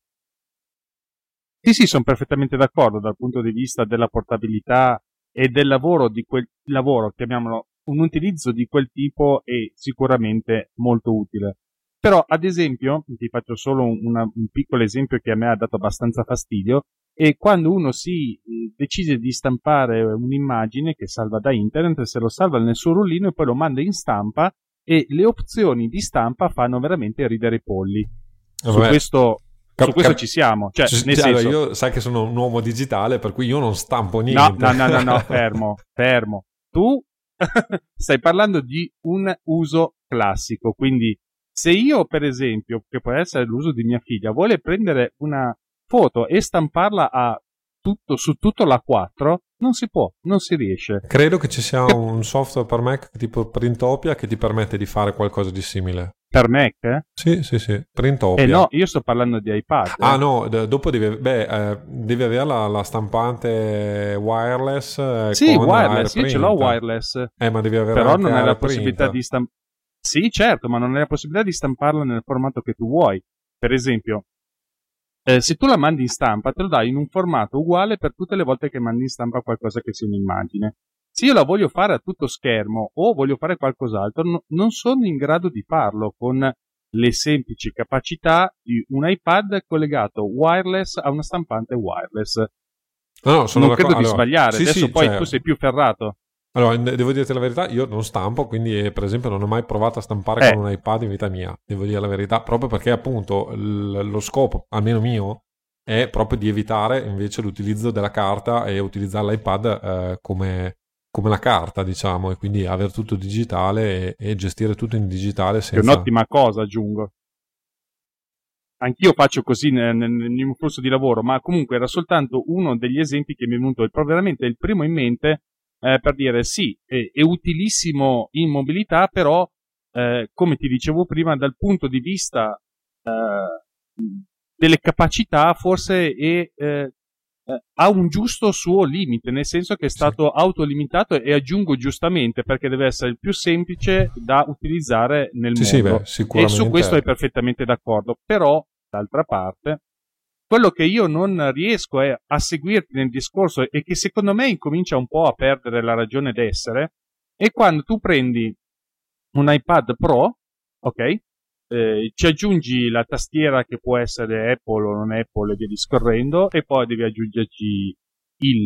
Sì, sì, sono perfettamente d'accordo dal punto di vista della portabilità e del lavoro, di quel lavoro, chiamiamolo, un utilizzo di quel tipo è sicuramente molto utile. Però, ad esempio, ti faccio solo una, un piccolo esempio che a me ha dato abbastanza fastidio, è quando uno si decide di stampare un'immagine che salva da internet, se lo salva nel suo rullino e poi lo manda in stampa, e le opzioni di stampa fanno veramente ridere i polli. Su Vabbè. questo, Cap- su questo cap- ci siamo. Cioè, ci- nel cioè, senso... io sai che sono un uomo digitale, per cui io non stampo No, niente. no, no, no, no, fermo, fermo. Tu stai parlando di un uso classico, quindi se io, per esempio, che può essere l'uso di mia figlia, vuole prendere una foto e stamparla a tutto, su tutto l'A quattro, non si può, non si riesce. Credo che ci sia un software per Mac tipo Printopia che ti permette di fare qualcosa di simile. Per Mac? Eh? Sì, sì, sì, Printopia. Eh no, io sto parlando di iPad. Ah eh. no, d- dopo devi, beh, eh, devi avere la, la stampante wireless. Eh, Sì, con wireless, io AirPrint. ce l'ho wireless. Eh, ma devi avere Però anche non hai la AirPrint. possibilità di stampare. Sì, certo, ma non hai la possibilità di stamparla nel formato che tu vuoi. Per esempio, eh, se tu la mandi in stampa, te lo dai in un formato uguale per tutte le volte che mandi in stampa qualcosa che sia un'immagine. Se io la voglio fare a tutto schermo o voglio fare qualcos'altro, no, non sono in grado di farlo con le semplici capacità di un iPad collegato wireless a una stampante wireless. No, no, sono non credo d'accordo. di Allora, sbagliare. sì, Adesso sì, poi cioè, tu sei più ferrato. Allora, devo dirti la verità, io non stampo, quindi eh, per esempio non ho mai provato a stampare Eh. con un iPad in vita mia, devo dire la verità, proprio perché appunto l- lo scopo, almeno mio, è proprio di evitare invece l'utilizzo della carta e utilizzare l'iPad eh, come, come la carta, diciamo, e quindi avere tutto digitale e, e gestire tutto in digitale senza... È un'ottima cosa, aggiungo. Anch'io faccio così nel, nel, nel mio flusso di lavoro, ma comunque era soltanto uno degli esempi che mi è venuto, il, veramente il primo in mente, eh, per dire sì, è, è utilissimo in mobilità, però eh, come ti dicevo prima, dal punto di vista eh, delle capacità forse è eh, eh, ha un giusto suo limite, nel senso che è stato sì. autolimitato, e aggiungo giustamente perché deve essere il più semplice da utilizzare nel sì, mondo. Sì, beh, e su questo è perfettamente d'accordo. Però, d'altra parte, quello che io non riesco è a seguirti nel discorso, e che secondo me incomincia un po' a perdere la ragione d'essere, è quando tu prendi un iPad Pro, ok? Eh, ci aggiungi la tastiera che può essere Apple o non Apple e via discorrendo, e poi devi aggiungerci il,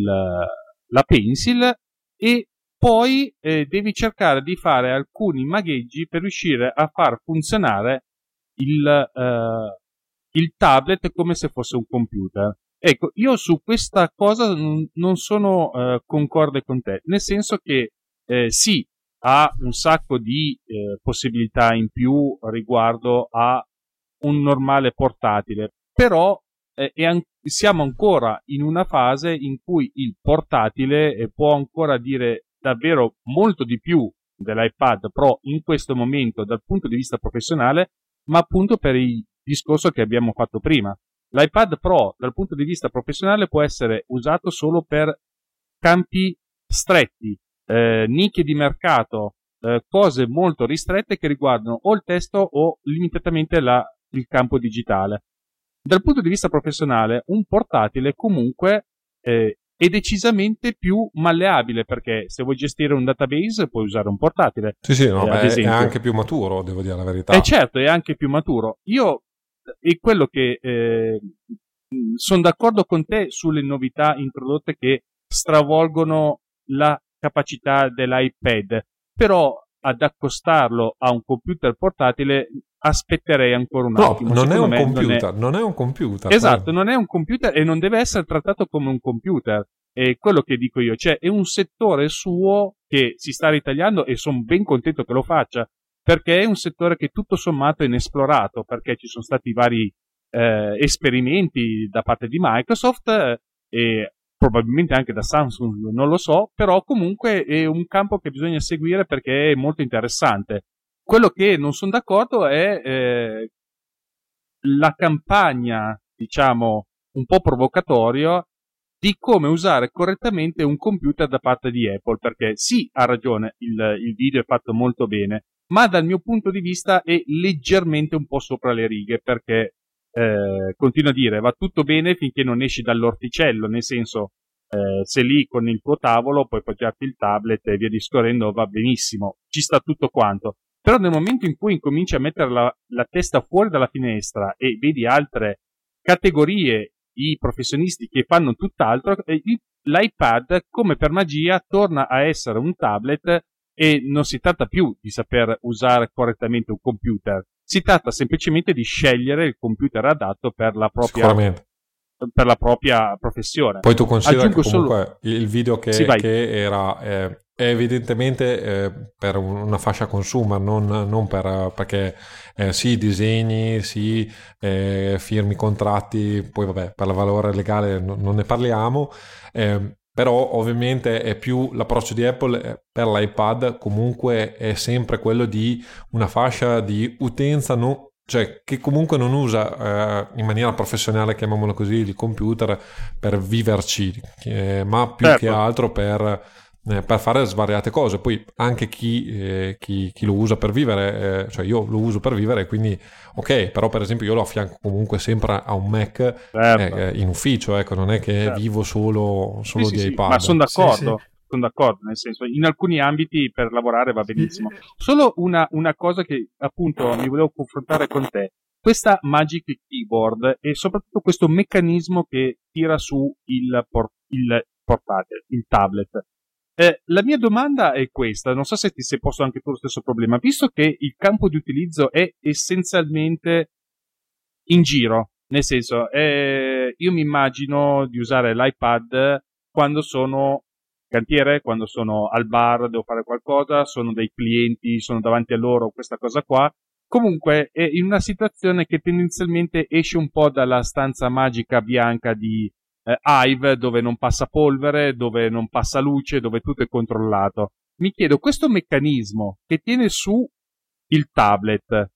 la Pencil, e poi eh, devi cercare di fare alcuni magheggi per riuscire a far funzionare il, eh, il tablet come se fosse un computer. Ecco, io su questa cosa n- non sono eh, concorde con te, nel senso che eh, sì, ha un sacco di eh, possibilità in più riguardo a un normale portatile, però eh, è an- siamo ancora in una fase in cui il portatile eh, può ancora dire davvero molto di più dell'iPad Pro in questo momento dal punto di vista professionale, ma appunto per il discorso che abbiamo fatto prima. L'iPad Pro dal punto di vista professionale può essere usato solo per campi stretti, Eh, nicchie di mercato, eh, cose molto ristrette che riguardano o il testo o limitatamente la, il campo digitale. Dal punto di vista professionale, un portatile comunque eh, è decisamente più malleabile, perché se vuoi gestire un database puoi usare un portatile. Sì, sì, no, eh, beh, ad esempio. È anche più maturo, devo dire la verità. Eh certo, è anche più maturo. Io è quello che eh, sono d'accordo con te sulle novità introdotte che stravolgono la capacità dell'iPad, però ad accostarlo a un computer portatile aspetterei ancora un no, attimo. Non è un me computer, non è... non è un computer. Esatto, poi. non è un computer e non deve essere trattato come un computer. È quello che dico io, cioè è un settore suo che si sta ritagliando, e sono ben contento che lo faccia, perché è un settore che tutto sommato è inesplorato, perché ci sono stati vari eh, esperimenti da parte di Microsoft eh, e probabilmente anche da Samsung, non lo so, però comunque è un campo che bisogna seguire perché è molto interessante. Quello che non sono d'accordo è eh, la campagna, diciamo, un po' provocatoria di come usare correttamente un computer da parte di Apple, perché sì, ha ragione, il, il video è fatto molto bene, ma dal mio punto di vista è leggermente un po' sopra le righe, perché Eh, continuo a dire, va tutto bene finché non esci dall'orticello, nel senso eh, se lì con il tuo tavolo puoi poggiarti il tablet e via discorrendo, va benissimo, ci sta tutto quanto, però nel momento in cui incominci a mettere la, la testa fuori dalla finestra e vedi altre categorie, i professionisti che fanno tutt'altro, eh, l'iPad come per magia torna a essere un tablet e non si tratta più di saper usare correttamente un computer. Si tratta semplicemente di scegliere il computer adatto per la propria, per la propria professione. Poi tu considera Aggiungo che comunque solo... il video che, sì, che era eh, è evidentemente eh, per una fascia consumer, non, non per, perché eh, sì, disegni, sì, eh, firmi contratti, poi vabbè, per il valore legale non, non ne parliamo, eh, però ovviamente è più l'approccio di Apple per l'iPad, comunque è sempre quello di una fascia di utenza non, cioè che comunque non usa eh, in maniera professionale, chiamiamolo così, il computer per viverci, eh, ma più certo. che altro per, eh, per fare svariate cose. Poi anche chi, eh, chi, chi lo usa per vivere, eh, cioè io lo uso per vivere, quindi ok, però per esempio io lo affianco comunque sempre a un Mac certo. eh, in ufficio, ecco, non è che certo. vivo solo, solo sì, di sì, iPad. Sì, ma sono d'accordo. Sì, sì. Sono d'accordo, nel senso, in alcuni ambiti per lavorare va benissimo. Solo una, una cosa che appunto mi volevo confrontare con te, questa Magic Keyboard e soprattutto questo meccanismo che tira su il, por- il portatile, il tablet. Eh, la mia domanda è questa, non so se ti sei posto anche tu lo stesso problema, visto che il campo di utilizzo è essenzialmente in giro, nel senso, eh, io mi immagino di usare l'iPad quando sono cantiere, quando sono al bar, devo fare qualcosa, sono dei clienti, sono davanti a loro, questa cosa qua. Comunque è in una situazione che tendenzialmente esce un po' dalla stanza magica bianca di eh, Hive, dove non passa polvere, dove non passa luce, dove tutto è controllato. Mi chiedo, questo meccanismo che tiene su il tablet,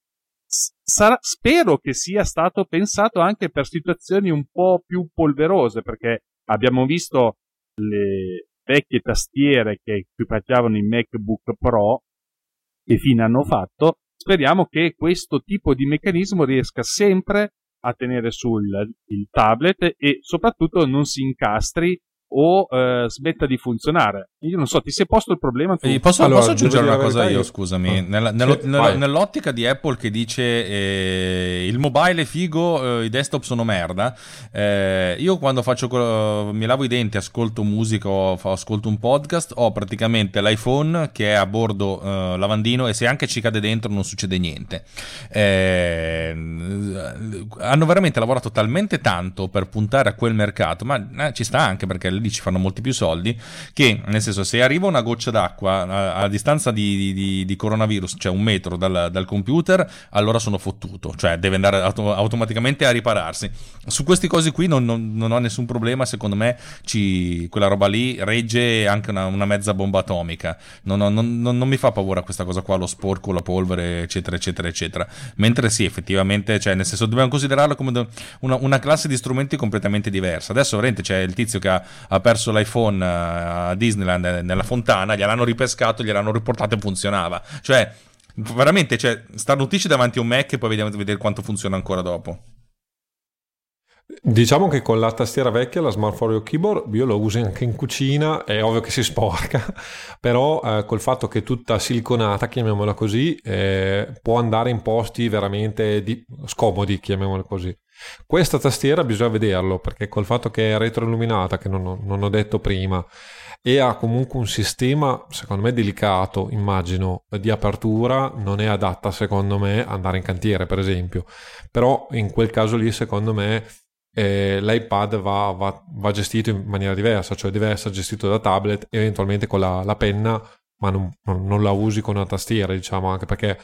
sarà, spero che sia stato pensato anche per situazioni un po' più polverose, perché abbiamo visto le vecchie tastiere che equipaggiavano i MacBook Pro, che fine hanno fatto. Speriamo che questo tipo di meccanismo riesca sempre a tenere sul il tablet e soprattutto non si incastri o eh, smetta di funzionare. Io non so, ti sei posto il problema tu? Eh, posso, allora, posso aggiungere una cosa io, io, scusami, ah, nella, nello, sì, nello, nell'ottica di Apple che dice eh, il mobile è figo, eh, i desktop sono merda, eh, io quando faccio mi lavo i denti, ascolto musica o ascolto un podcast, ho praticamente l'iPhone che è a bordo eh, lavandino, e se anche ci cade dentro non succede niente. Eh, hanno veramente lavorato talmente tanto per puntare a quel mercato, ma eh, ci sta anche perché lì ci fanno molti più soldi, che nel senso, se arriva una goccia d'acqua a, a distanza di, di, di coronavirus, cioè un metro dal, dal computer, allora sono fottuto, cioè deve andare auto, automaticamente a ripararsi. Su questi cosi qui non, non, non ho nessun problema, secondo me ci, quella roba lì regge anche una, una mezza bomba atomica, non, non, non, non mi fa paura questa cosa qua, lo sporco, la polvere, eccetera eccetera eccetera, mentre sì, effettivamente, cioè nel senso, dobbiamo considerarlo come una, una classe di strumenti completamente diversa. Adesso veramente c'è il tizio che ha ha perso l'iPhone a Disneyland nella fontana, gliel'hanno ripescato, gliel'hanno riportato e funzionava. Cioè, veramente, cioè, starnutisci davanti a un Mac e poi vediamo vedere quanto funziona ancora dopo. Diciamo che con la tastiera vecchia, la Smart Folio Keyboard, io lo uso anche in cucina, è ovvio che si sporca, però eh, col fatto che è tutta siliconata, chiamiamola così, eh, può andare in posti veramente di, scomodi, chiamiamola così. Questa tastiera bisogna vederlo, perché col fatto che è retroilluminata, che non ho, non ho detto prima, e ha comunque un sistema secondo me delicato, immagino, di apertura, non è adatta secondo me a andare in cantiere, per esempio. Però in quel caso lì secondo me eh, l'iPad va, va, va gestito in maniera diversa, cioè deve essere gestito da tablet, eventualmente con la, la penna, ma non, non, non la usi con una tastiera, diciamo, anche perché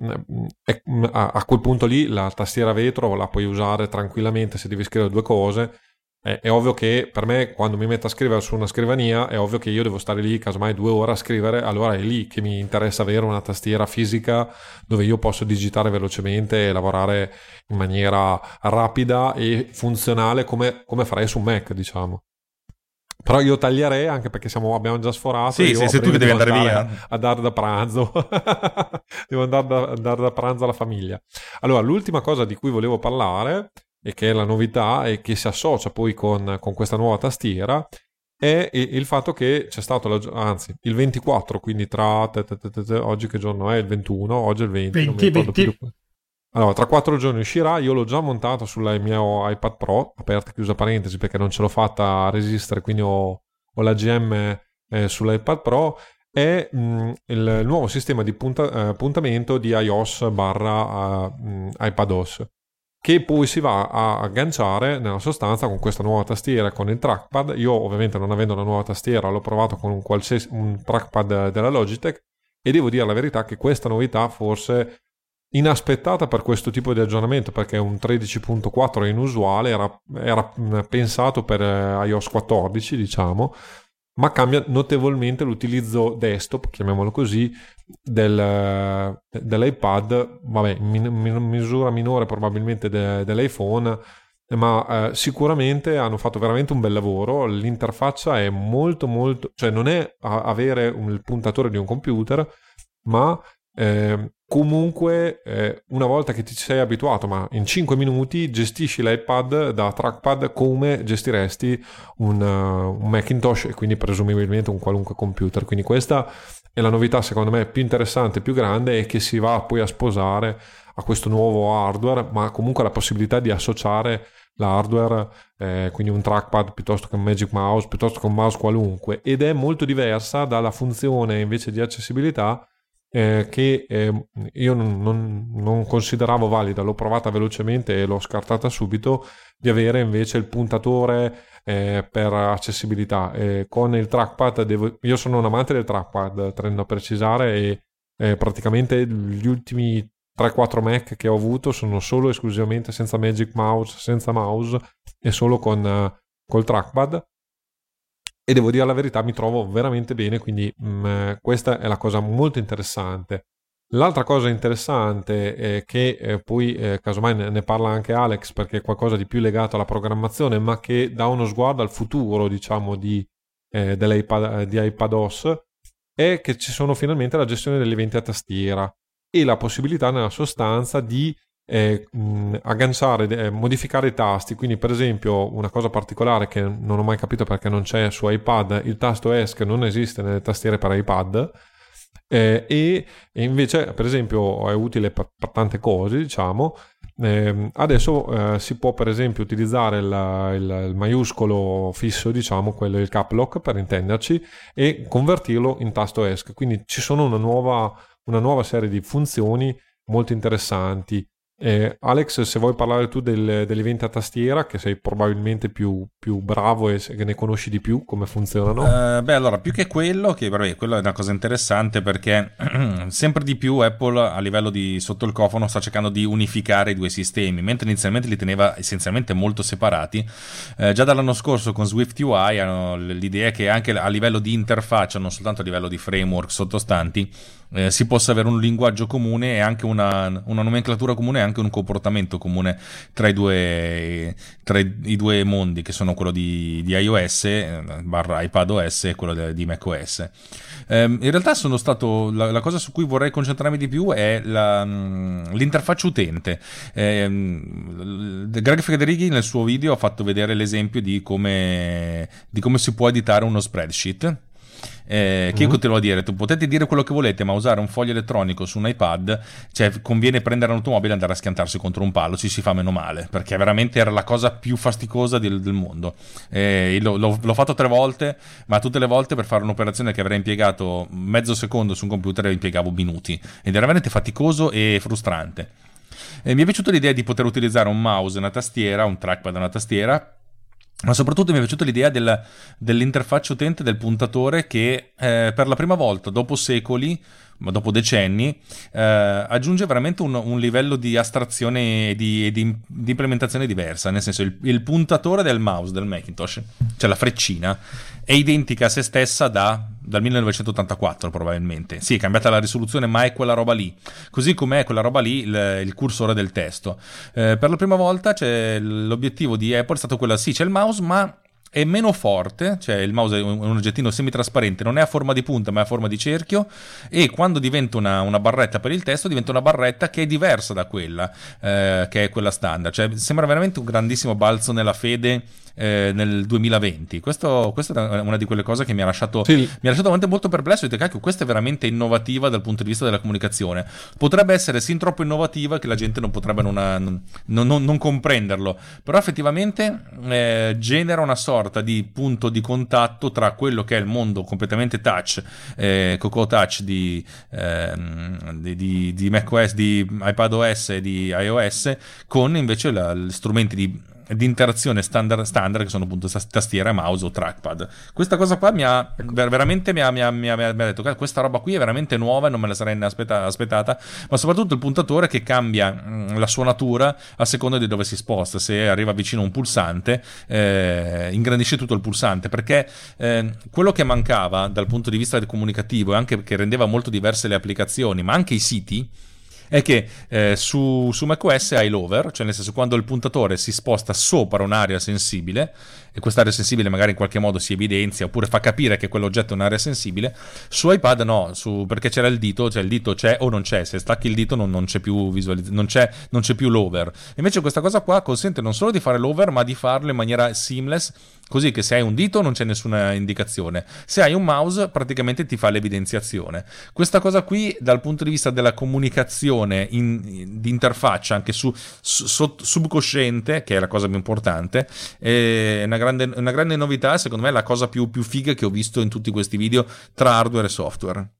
a quel punto lì la tastiera vetro la puoi usare tranquillamente se devi scrivere due cose. È, è ovvio che per me, quando mi metto a scrivere su una scrivania, è ovvio che io devo stare lì casomai due ore a scrivere, allora è lì che mi interessa avere una tastiera fisica dove io posso digitare velocemente e lavorare in maniera rapida e funzionale come, come farei su Mac, diciamo. Però io taglierei, anche perché siamo, abbiamo già sforato. Sì, sì, se tu che devi andare via a dare da pranzo. Devo andare da, dare da pranzo alla famiglia. Allora, l'ultima cosa di cui volevo parlare, e che è la novità e che si associa poi con, con questa nuova tastiera, è il fatto che c'è stato, la, anzi, il ventiquattro, quindi tra oggi che giorno è? Il ventuno, oggi è il venti. venti, venti. Allora, tra quattro giorni uscirà, io l'ho già montato sul mio iPad Pro, aperta e chiusa parentesi, perché non ce l'ho fatta resistere, quindi ho, ho la G M eh, sull'iPad Pro, è mh, il nuovo sistema di punta, eh, puntamento di iOS barra uh, iPadOS, che poi si va a agganciare nella sostanza con questa nuova tastiera, con il trackpad. Io ovviamente, non avendo la nuova tastiera, l'ho provato con un, qualsiasi, un trackpad della Logitech, e devo dire la verità che questa novità forse inaspettata per questo tipo di aggiornamento, perché un tredici punto quattro è inusuale, era, era pensato per iOS quattordici, diciamo, ma cambia notevolmente l'utilizzo desktop, chiamiamolo così, del, dell'iPad, vabbè, in min, misura minore probabilmente de, dell'iPhone, ma eh, sicuramente hanno fatto veramente un bel lavoro. L'interfaccia è molto molto, cioè non è avere un, il puntatore di un computer, ma eh, comunque eh, una volta che ti sei abituato, ma in cinque minuti gestisci l'iPad da trackpad come gestiresti un, uh, un Macintosh, e quindi presumibilmente un qualunque computer. Quindi questa è la novità secondo me più interessante, più grande, e che si va poi a sposare a questo nuovo hardware, ma comunque la possibilità di associare l'hardware, eh, quindi un trackpad piuttosto che un Magic Mouse, piuttosto che un mouse qualunque, ed è molto diversa dalla funzione invece di accessibilità Eh, che eh, io non, non, non consideravo valida. L'ho provata velocemente e l'ho scartata subito, di avere invece il puntatore eh, per accessibilità. Eh, con il trackpad devo, io sono un amante del trackpad, tendo a precisare, e eh, praticamente gli ultimi tre quattro Mac che ho avuto sono solo esclusivamente senza Magic Mouse, senza mouse, e solo con uh, col trackpad. E devo dire la verità, mi trovo veramente bene, quindi mh, questa è la cosa molto interessante. L'altra cosa interessante è che eh, poi eh, casomai ne, ne parla anche Alex, perché è qualcosa di più legato alla programmazione, ma che dà uno sguardo al futuro, diciamo, di, eh, dell'iPad, di iPadOS, è che ci sono finalmente la gestione degli eventi a tastiera e la possibilità nella sostanza di eh, mh, agganciare, eh, modificare i tasti. Quindi per esempio una cosa particolare che non ho mai capito perché non c'è su iPad, il tasto ESC non esiste nelle tastiere per iPad. Eh, e, e invece per esempio è utile per, per tante cose, diciamo. Eh, adesso eh, si può per esempio utilizzare il, il, il maiuscolo fisso, diciamo, quello il cap lock per intenderci, e convertirlo in tasto ESC, quindi ci sono una nuova, una nuova serie di funzioni molto interessanti. Eh, Alex, se vuoi parlare tu del, degli eventi a tastiera, che sei probabilmente più, più bravo e che ne conosci di più come funzionano. Uh, beh, allora, più che quello, che vabbè, quello è una cosa interessante perché sempre di più Apple a livello di sotto il cofano sta cercando di unificare i due sistemi, mentre inizialmente li teneva essenzialmente molto separati. Uh, già dall'anno scorso con SwiftUI hanno l'idea che anche a livello di interfaccia, non soltanto a livello di framework sottostanti, Eh, si possa avere un linguaggio comune e anche una, una nomenclatura comune e anche un comportamento comune tra i due, tra i, i due mondi, che sono quello di, di iOS barra iPadOS e quello de, di macOS. Eh, in realtà sono stato la, la cosa su cui vorrei concentrarmi di più è la, l'interfaccia utente. Eh, Greg Federighi nel suo video ha fatto vedere l'esempio di come, di come si può editare uno spreadsheet. Eh, che io continuo a dire, tu potete dire quello che volete, ma usare un foglio elettronico su un iPad, cioè conviene prendere un'automobile e andare a schiantarsi contro un palo, ci si fa meno male, perché veramente era la cosa più faticosa del, del mondo. Eh, l'ho, l'ho, l'ho fatto tre volte, ma tutte le volte per fare un'operazione che avrei impiegato mezzo secondo su un computer impiegavo minuti, ed era veramente faticoso e frustrante. Eh, mi è piaciuta l'idea di poter utilizzare un mouse e una tastiera, un trackpad e una tastiera, ma soprattutto mi è piaciuta l'idea del, dell'interfaccia utente del puntatore che eh, per la prima volta dopo secoli, ma dopo decenni, eh, aggiunge veramente un, un livello di astrazione e di, di, di implementazione diversa. Nel senso, il, il puntatore del mouse del Macintosh, cioè la freccina, è identica a se stessa da, dal millenovecentottantaquattro probabilmente. Sì, è cambiata la risoluzione, ma è quella roba lì. Così come è quella roba lì il, il cursore del testo. Eh, per la prima volta c'è l'obiettivo di Apple è stato quello, sì, c'è il mouse, ma è meno forte, cioè il mouse è un, un oggettino semitrasparente, non è a forma di punta ma è a forma di cerchio, e quando diventa una, una barretta per il testo diventa una barretta che è diversa da quella eh, che è quella standard, cioè sembra veramente un grandissimo balzo nella fede eh, nel duemilaventi. Questo, questa è una di quelle cose che mi ha lasciato sì. mi ha lasciato veramente molto perplesso. Ho detto, cacchio, questa è veramente innovativa dal punto di vista della comunicazione. Potrebbe essere sin troppo innovativa che la gente non potrebbe non, non, non, non comprenderlo, però effettivamente eh, genera una sorta di punto di contatto tra quello che è il mondo completamente touch, eh, Cocoa Touch di, eh, di, di, di macOS, di iPadOS e di iOS, con invece la, gli strumenti di di interazione standard, standard che sono appunto tastiera, mouse o trackpad. Questa cosa qua mi ha veramente mi ha, mi ha, mi ha, mi ha detto che questa roba qui è veramente nuova e non me la sarei ne aspetta, aspettata, ma soprattutto il puntatore che cambia mh, la sua natura a seconda di dove si sposta. Se arriva vicino a un pulsante eh, ingrandisce tutto il pulsante, perché eh, quello che mancava dal punto di vista comunicativo e anche che rendeva molto diverse le applicazioni ma anche i siti è che eh, su, su macOS hai l'hover, cioè nel senso quando il puntatore si sposta sopra un'area sensibile e quest'area sensibile magari in qualche modo si evidenzia oppure fa capire che quell'oggetto è un'area sensibile. Su iPad no, su, perché c'era il dito, cioè il dito c'è o non c'è, se stacchi il dito non, non c'è più visualizz- non c'è, non c'è più l'hover. Invece questa cosa qua consente non solo di fare l'hover ma di farlo in maniera seamless, così che se hai un dito non c'è nessuna indicazione, se hai un mouse praticamente ti fa l'evidenziazione. Questa cosa qui dal punto di vista della comunicazione in, in, di interfaccia anche su, su subconsciente, che è la cosa più importante, è una grande, una grande novità, secondo me è la cosa più, più figa che ho visto in tutti questi video tra hardware e software.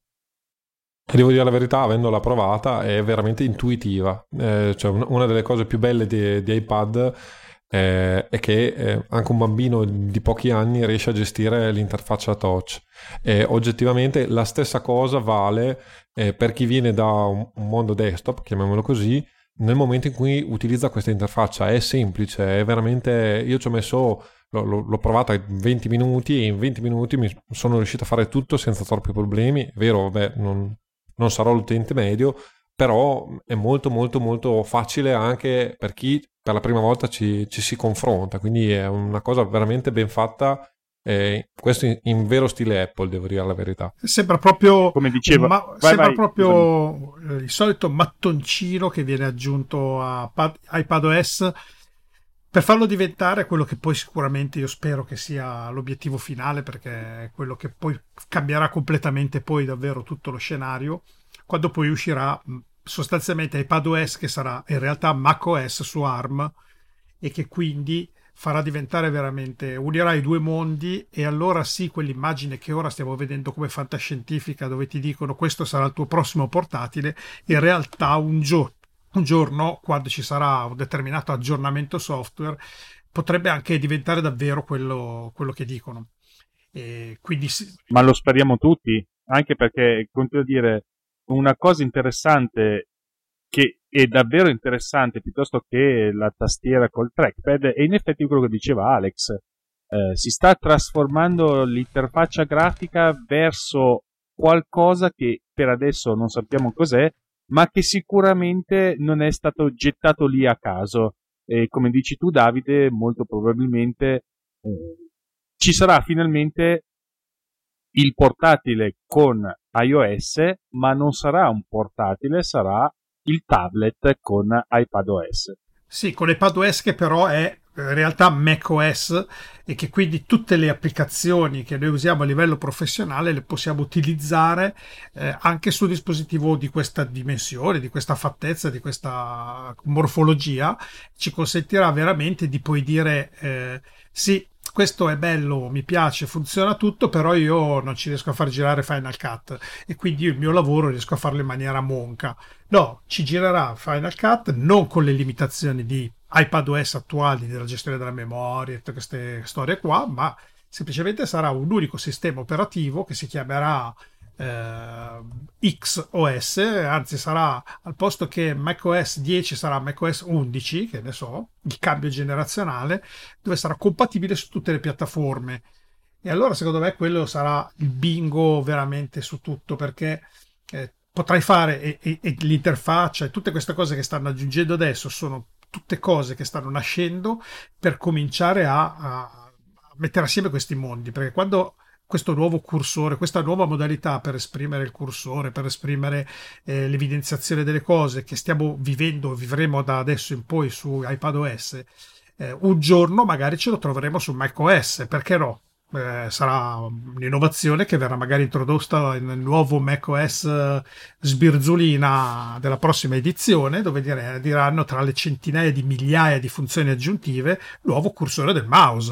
E devo dire la verità, avendola provata è veramente intuitiva, eh, cioè una delle cose più belle di, di iPad Eh, è che eh, anche un bambino di pochi anni riesce a gestire l'interfaccia touch. Eh, oggettivamente la stessa cosa vale eh, per chi viene da un, un mondo desktop, chiamiamolo così, nel momento in cui utilizza questa interfaccia. È semplice, è veramente, io ci ho messo l'ho, l'ho provata in venti minuti e in venti minuti mi sono riuscito a fare tutto senza troppi problemi. È vero, vabbè, non non sarò l'utente medio, però è molto molto molto facile anche per chi per la prima volta ci, ci si confronta, quindi è una cosa veramente ben fatta. Eh, questo in, in vero stile Apple, devo dire la verità. Sembra proprio, come diceva, ma, vai, sembra vai, proprio eh, il solito mattoncino che viene aggiunto a pad, iPadOS per farlo diventare quello che poi sicuramente io spero che sia l'obiettivo finale, perché è quello che poi cambierà completamente poi davvero tutto lo scenario, quando poi uscirà sostanzialmente iPadOS, che sarà in realtà macOS su ARM, e che quindi farà diventare veramente, unirà i due mondi. E allora sì, quell'immagine che ora stiamo vedendo come fantascientifica, dove ti dicono questo sarà il tuo prossimo portatile, in realtà un, gio- un giorno, quando ci sarà un determinato aggiornamento software, potrebbe anche diventare davvero quello, quello che dicono. E quindi sì. Ma lo speriamo tutti, anche perché, continuo a dire, una cosa interessante, che è davvero interessante piuttosto che la tastiera col trackpad, è in effetti quello che diceva Alex. Eh, si sta trasformando l'interfaccia grafica verso qualcosa che per adesso non sappiamo cos'è, ma che sicuramente non è stato gettato lì a caso. E come dici tu, Davide, molto probabilmente eh, ci sarà finalmente il portatile con iOS, ma non sarà un portatile, sarà il tablet con iPadOS. Sì, con iPadOS, che però è in realtà macOS, e che quindi tutte le applicazioni che noi usiamo a livello professionale le possiamo utilizzare eh, anche su dispositivo di questa dimensione, di questa fattezza, di questa morfologia. Ci consentirà veramente di poi dire eh, sì, questo è bello, mi piace, funziona tutto, però io non ci riesco a far girare Final Cut, e quindi io il mio lavoro riesco a farlo in maniera monca. No, ci girerà Final Cut non con le limitazioni di iPadOS attuali della gestione della memoria e tutte queste storie qua, ma semplicemente sarà un unico sistema operativo che si chiamerà eh, X O S, anzi sarà, al posto che macOS dieci sarà macOS undici, che ne so, il cambio generazionale, dove sarà compatibile su tutte le piattaforme. E allora secondo me quello sarà il bingo veramente su tutto, perché eh, potrai fare e, e, e l'interfaccia e tutte queste cose che stanno aggiungendo adesso sono tutte cose che stanno nascendo per cominciare a, a mettere assieme questi mondi, perché quando questo nuovo cursore, questa nuova modalità per esprimere il cursore, per esprimere eh, l'evidenziazione delle cose che stiamo vivendo, vivremo da adesso in poi su iPadOS, eh, un giorno magari ce lo troveremo su macOS, perché no? Eh, sarà un'innovazione che verrà magari introdotta nel nuovo macOS sbirzulina della prossima edizione, dove dire, diranno tra le centinaia di migliaia di funzioni aggiuntive nuovo cursore del mouse.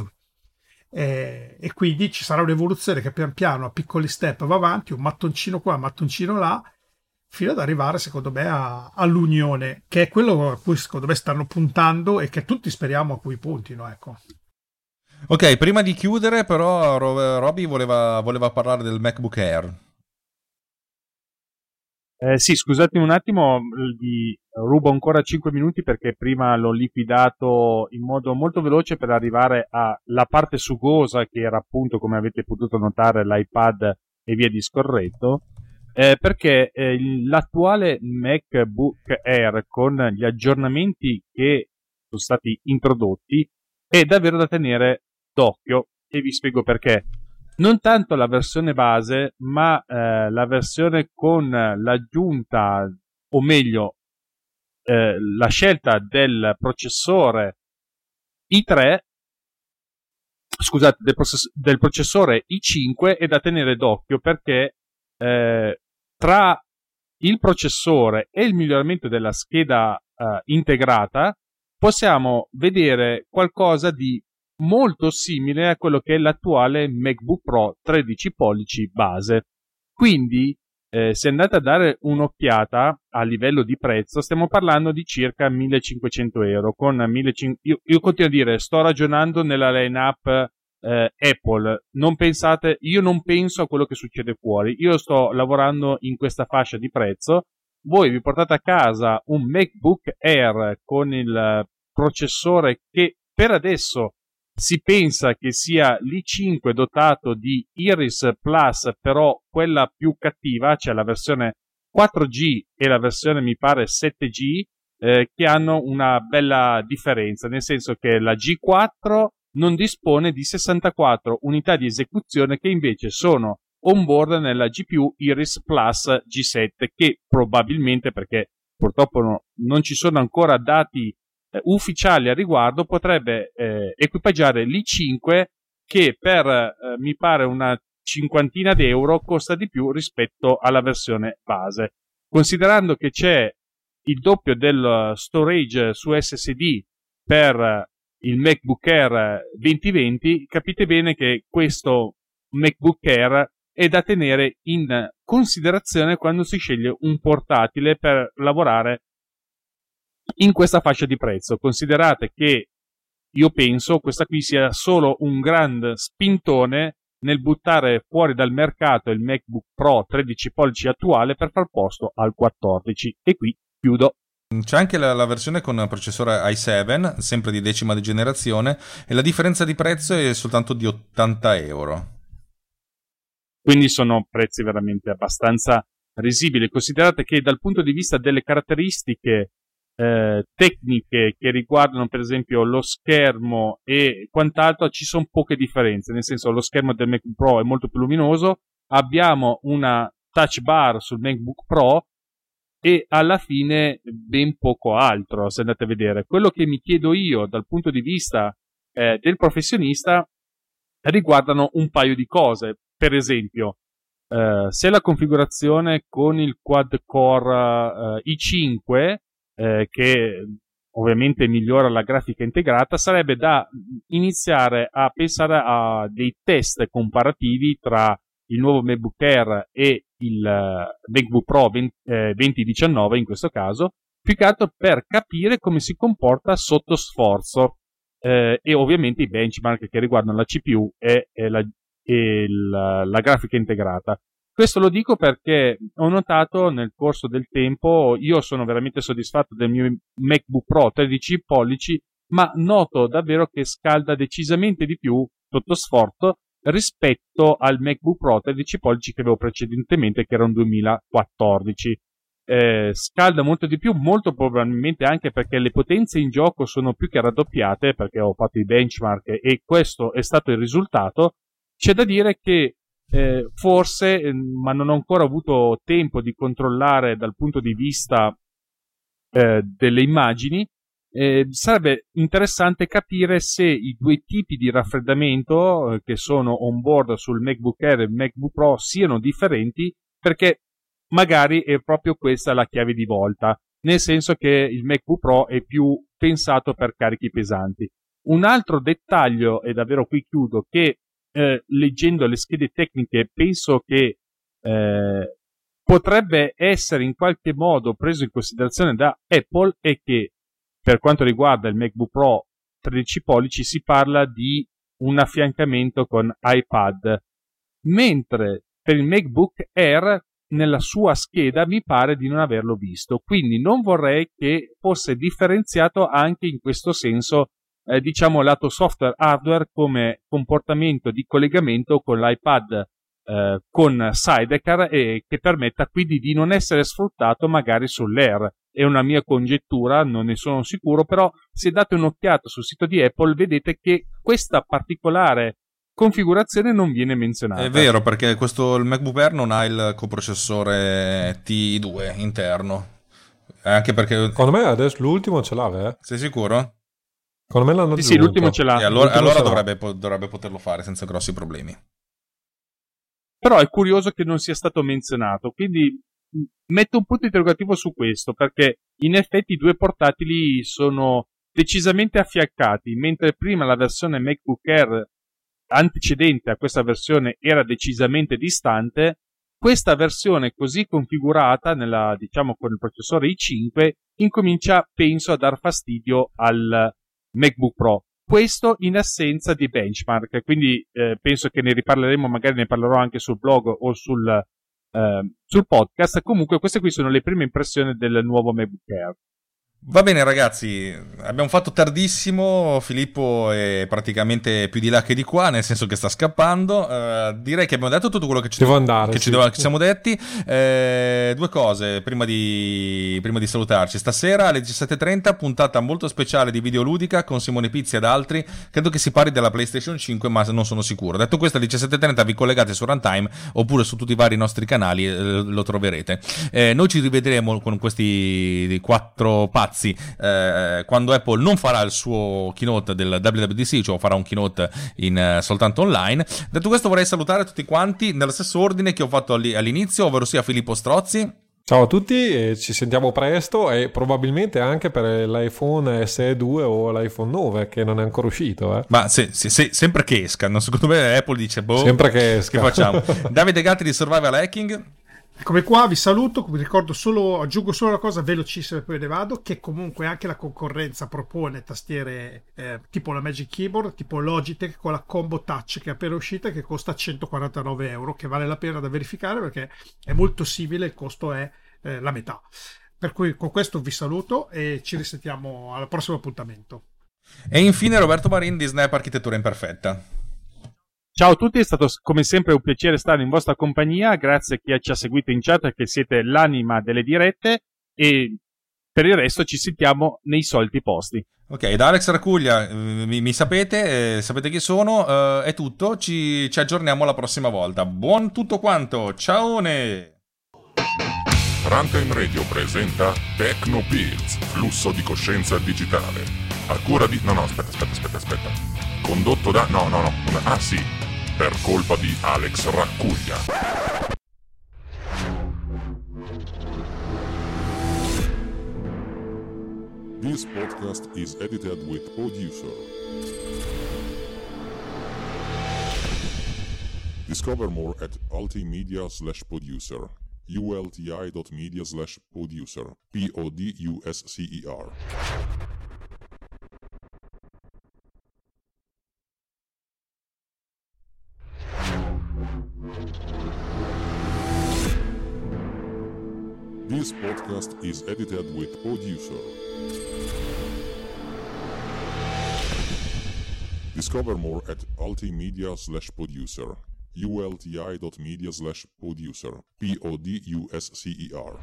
Eh, e quindi ci sarà un'evoluzione che pian piano a piccoli step va avanti, un mattoncino qua, un mattoncino là, fino ad arrivare secondo me a, all'unione, che è quello a cui secondo me stanno puntando e che tutti speriamo a cui puntino, ecco. Ok, prima di chiudere però Ro- Roby voleva, voleva parlare del MacBook Air. Eh, sì, scusatemi un attimo, vi rubo ancora cinque minuti perché prima l'ho liquidato in modo molto veloce per arrivare alla parte sugosa, che era appunto, come avete potuto notare, l'iPad e via discorrendo, eh, perché eh, l'attuale MacBook Air, con gli aggiornamenti che sono stati introdotti, è davvero da tenere d'occhio, e vi spiego perché. Non tanto la versione base, ma eh, la versione con l'aggiunta, o meglio, eh, la scelta del processore i tre, scusate, del, process- del processore i cinque è da tenere d'occhio, perché eh, tra il processore e il miglioramento della scheda eh, integrata possiamo vedere qualcosa di molto simile a quello che è l'attuale MacBook Pro tredici pollici base. Quindi eh, se andate a dare un'occhiata a livello di prezzo, stiamo parlando di circa millecinquecento euro. Con millecinquecento, io, io continuo a dire, sto ragionando nella line-up eh, Apple. Non pensate, io non penso a quello che succede fuori. Io sto lavorando in questa fascia di prezzo. Voi vi portate a casa un MacBook Air con il processore che per adesso si pensa che sia l'i cinque dotato di Iris Plus, però quella più cattiva, cioè la versione quattro G e la versione mi pare sette G eh, che hanno una bella differenza, nel senso che la G quattro non dispone di sessantaquattro unità di esecuzione che invece sono on board nella G P U Iris Plus G sette, che probabilmente, perché purtroppo no, non ci sono ancora dati eh, ufficiali a riguardo, potrebbe eh, equipaggiare l'i cinque, che per eh, mi pare una cinquantina d'euro costa di più rispetto alla versione base. Considerando che c'è il doppio del storage su S S D per il MacBook Air venti venti, capite bene che questo MacBook Air è da tenere in considerazione quando si sceglie un portatile per lavorare in questa fascia di prezzo. Considerate che io penso questa qui sia solo un gran spintone nel buttare fuori dal mercato il MacBook Pro tredici pollici attuale per far posto al quattordici. E qui chiudo. C'è anche la, la versione con processore i sette, sempre di decima generazione, e la differenza di prezzo è soltanto di ottanta euro. Quindi sono prezzi veramente abbastanza risibili. Considerate che dal punto di vista delle caratteristiche eh, tecniche che riguardano per esempio lo schermo e quant'altro ci sono poche differenze, nel senso lo schermo del MacBook Pro è molto più luminoso, abbiamo una touch bar sul MacBook Pro e alla fine ben poco altro, se andate a vedere. Quello che mi chiedo io dal punto di vista eh, del professionista riguardano un paio di cose. Per esempio, eh, se la configurazione con il quad core eh, i cinque, eh, che ovviamente migliora la grafica integrata, sarebbe da iniziare a pensare a dei test comparativi tra il nuovo MacBook Air e il uh, MacBook Pro venti diciannove in questo caso, più che altro per capire come si comporta sotto sforzo eh, e ovviamente i benchmark che riguardano la C P U e, e, la, e il, la grafica integrata. Questo lo dico perché ho notato nel corso del tempo, io sono veramente soddisfatto del mio MacBook Pro tredici pollici, ma noto davvero che scalda decisamente di più sotto sforzo rispetto al MacBook Pro tredici pollici che avevo precedentemente, che era un duemilaquattordici. Eh, scalda molto di più, molto probabilmente anche perché le potenze in gioco sono più che raddoppiate, perché ho fatto i benchmark e questo è stato il risultato. C'è da dire che eh, forse, eh, ma non ho ancora avuto tempo di controllare dal punto di vista eh, delle immagini, Eh, sarebbe interessante capire se i due tipi di raffreddamento eh, che sono on board sul MacBook Air e il MacBook Pro siano differenti, perché magari è proprio questa la chiave di volta, nel senso che il MacBook Pro è più pensato per carichi pesanti. Un altro dettaglio, e davvero qui chiudo, che eh, leggendo le schede tecniche penso che eh, potrebbe essere in qualche modo preso in considerazione da Apple, è che per quanto riguarda il MacBook Pro tredici pollici si parla di un affiancamento con iPad, mentre per il MacBook Air nella sua scheda mi pare di non averlo visto, quindi non vorrei che fosse differenziato anche in questo senso, eh, diciamo lato software hardware, come comportamento di collegamento con l'iPad eh, con Sidecar, e che permetta quindi di non essere sfruttato magari sull'Air. È una mia congettura, non ne sono sicuro, però se date un'occhiata sul sito di Apple vedete che questa particolare configurazione non viene menzionata. È vero, perché questo il MacBook Air non ha il coprocessore T due interno. Anche perché secondo me adesso l'ultimo ce l'ha, eh? Sei sicuro? Secondo me l'hanno sì, aggiunto. sì, l'ultimo ce l'ha. E allora, allora ce l'ha. dovrebbe, dovrebbe poterlo fare senza grossi problemi. Però è curioso che non sia stato menzionato, quindi metto un punto interrogativo su questo, perché in effetti i due portatili sono decisamente affiancati, mentre prima la versione MacBook Air antecedente a questa versione era decisamente distante. Questa versione così configurata, nella, diciamo con il processore i cinque, incomincia, penso, a dar fastidio al MacBook Pro. Questo in assenza di benchmark, quindi eh, penso che ne riparleremo, magari ne parlerò anche sul blog o sul, eh, sul podcast. Comunque queste qui sono le prime impressioni del nuovo MacBook Air. Va bene ragazzi, abbiamo fatto tardissimo, Filippo è praticamente più di là che di qua, nel senso che sta scappando. Uh, direi che abbiamo detto tutto quello che ci, Devo andare, che sì. ci, doveva, che ci siamo detti. Eh, due cose prima di, prima di salutarci. Stasera alle diciassette e trenta puntata molto speciale di Videoludica con Simone Pizzi ed altri. Credo che si parli della PlayStation cinque, ma non sono sicuro. Detto questo, alle diciassette e trenta vi collegate su Runtime oppure su tutti i vari nostri canali, eh, lo troverete. Eh, noi ci rivedremo con questi quattro pazzi Eh, quando Apple non farà il suo keynote del W W D C, cioè farà un keynote in, uh, soltanto online. Detto questo, vorrei salutare tutti quanti nello stesso ordine che ho fatto all'inizio, ovvero sia Filippo Strozzi. Ciao a tutti, e ci sentiamo presto e probabilmente anche per l'iPhone S E due o l'iPhone nove che non è ancora uscito. Eh. Ma se, se, se, sempre che escano, secondo me Apple dice boh, sempre che esca. Che facciamo? Davide Gatti di Survival Hacking. Come qua vi saluto, vi ricordo solo, aggiungo solo una cosa velocissima e poi ne vado, che comunque anche la concorrenza propone tastiere eh, tipo la Magic Keyboard, tipo Logitech con la Combo Touch che è appena uscita, che costa centoquarantanove euro, che vale la pena da verificare perché è molto simile, il costo è eh, la metà. Per cui con questo vi saluto e ci risentiamo al prossimo appuntamento. E infine Roberto Marin di Snap Architettura Imperfetta. Ciao a tutti, è stato come sempre un piacere stare in vostra compagnia, grazie a chi ci ha seguito in chat perché siete l'anima delle dirette e per il resto ci sentiamo nei soliti posti. Ok, da Alex Racuglia, mi, mi sapete, eh, sapete chi sono, eh, è tutto, ci, ci aggiorniamo la prossima volta. Buon tutto quanto, ciaone! Runtime Radio presenta Tecnopills, flusso di coscienza digitale. A cura di... No, no, aspetta, aspetta, aspetta, aspetta. Condotto da... No, no, no. Ah, sì. Per colpa di Alex Raccuglia. This podcast is edited with Producer. Discover more at ultimedia slash producer. ulti.media slash producer. P O D U S C E R. This podcast is edited with Producer. Discover more at ultimedia slash producer. ulti.media slash producer. P O D U S C E R.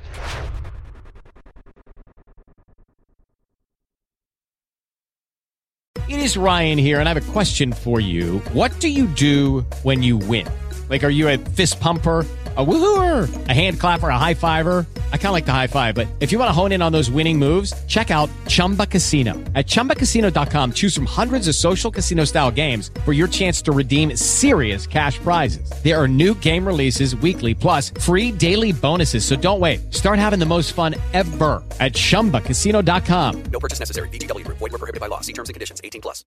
It is Ryan here, and I have a question for you. What do you do when you win? Like, are you a fist pumper? A woohooer, a hand clapper, a high fiver. I kind of like the high five, but if you want to hone in on those winning moves, check out Chumba Casino. At chumba casino dot com, choose from hundreds of social casino style games for your chance to redeem serious cash prizes. There are new game releases weekly, plus free daily bonuses. So don't wait. Start having the most fun ever at chumba casino dot com. No purchase necessary. V G W Group. Void where prohibited by law. See terms and conditions. eighteen plus.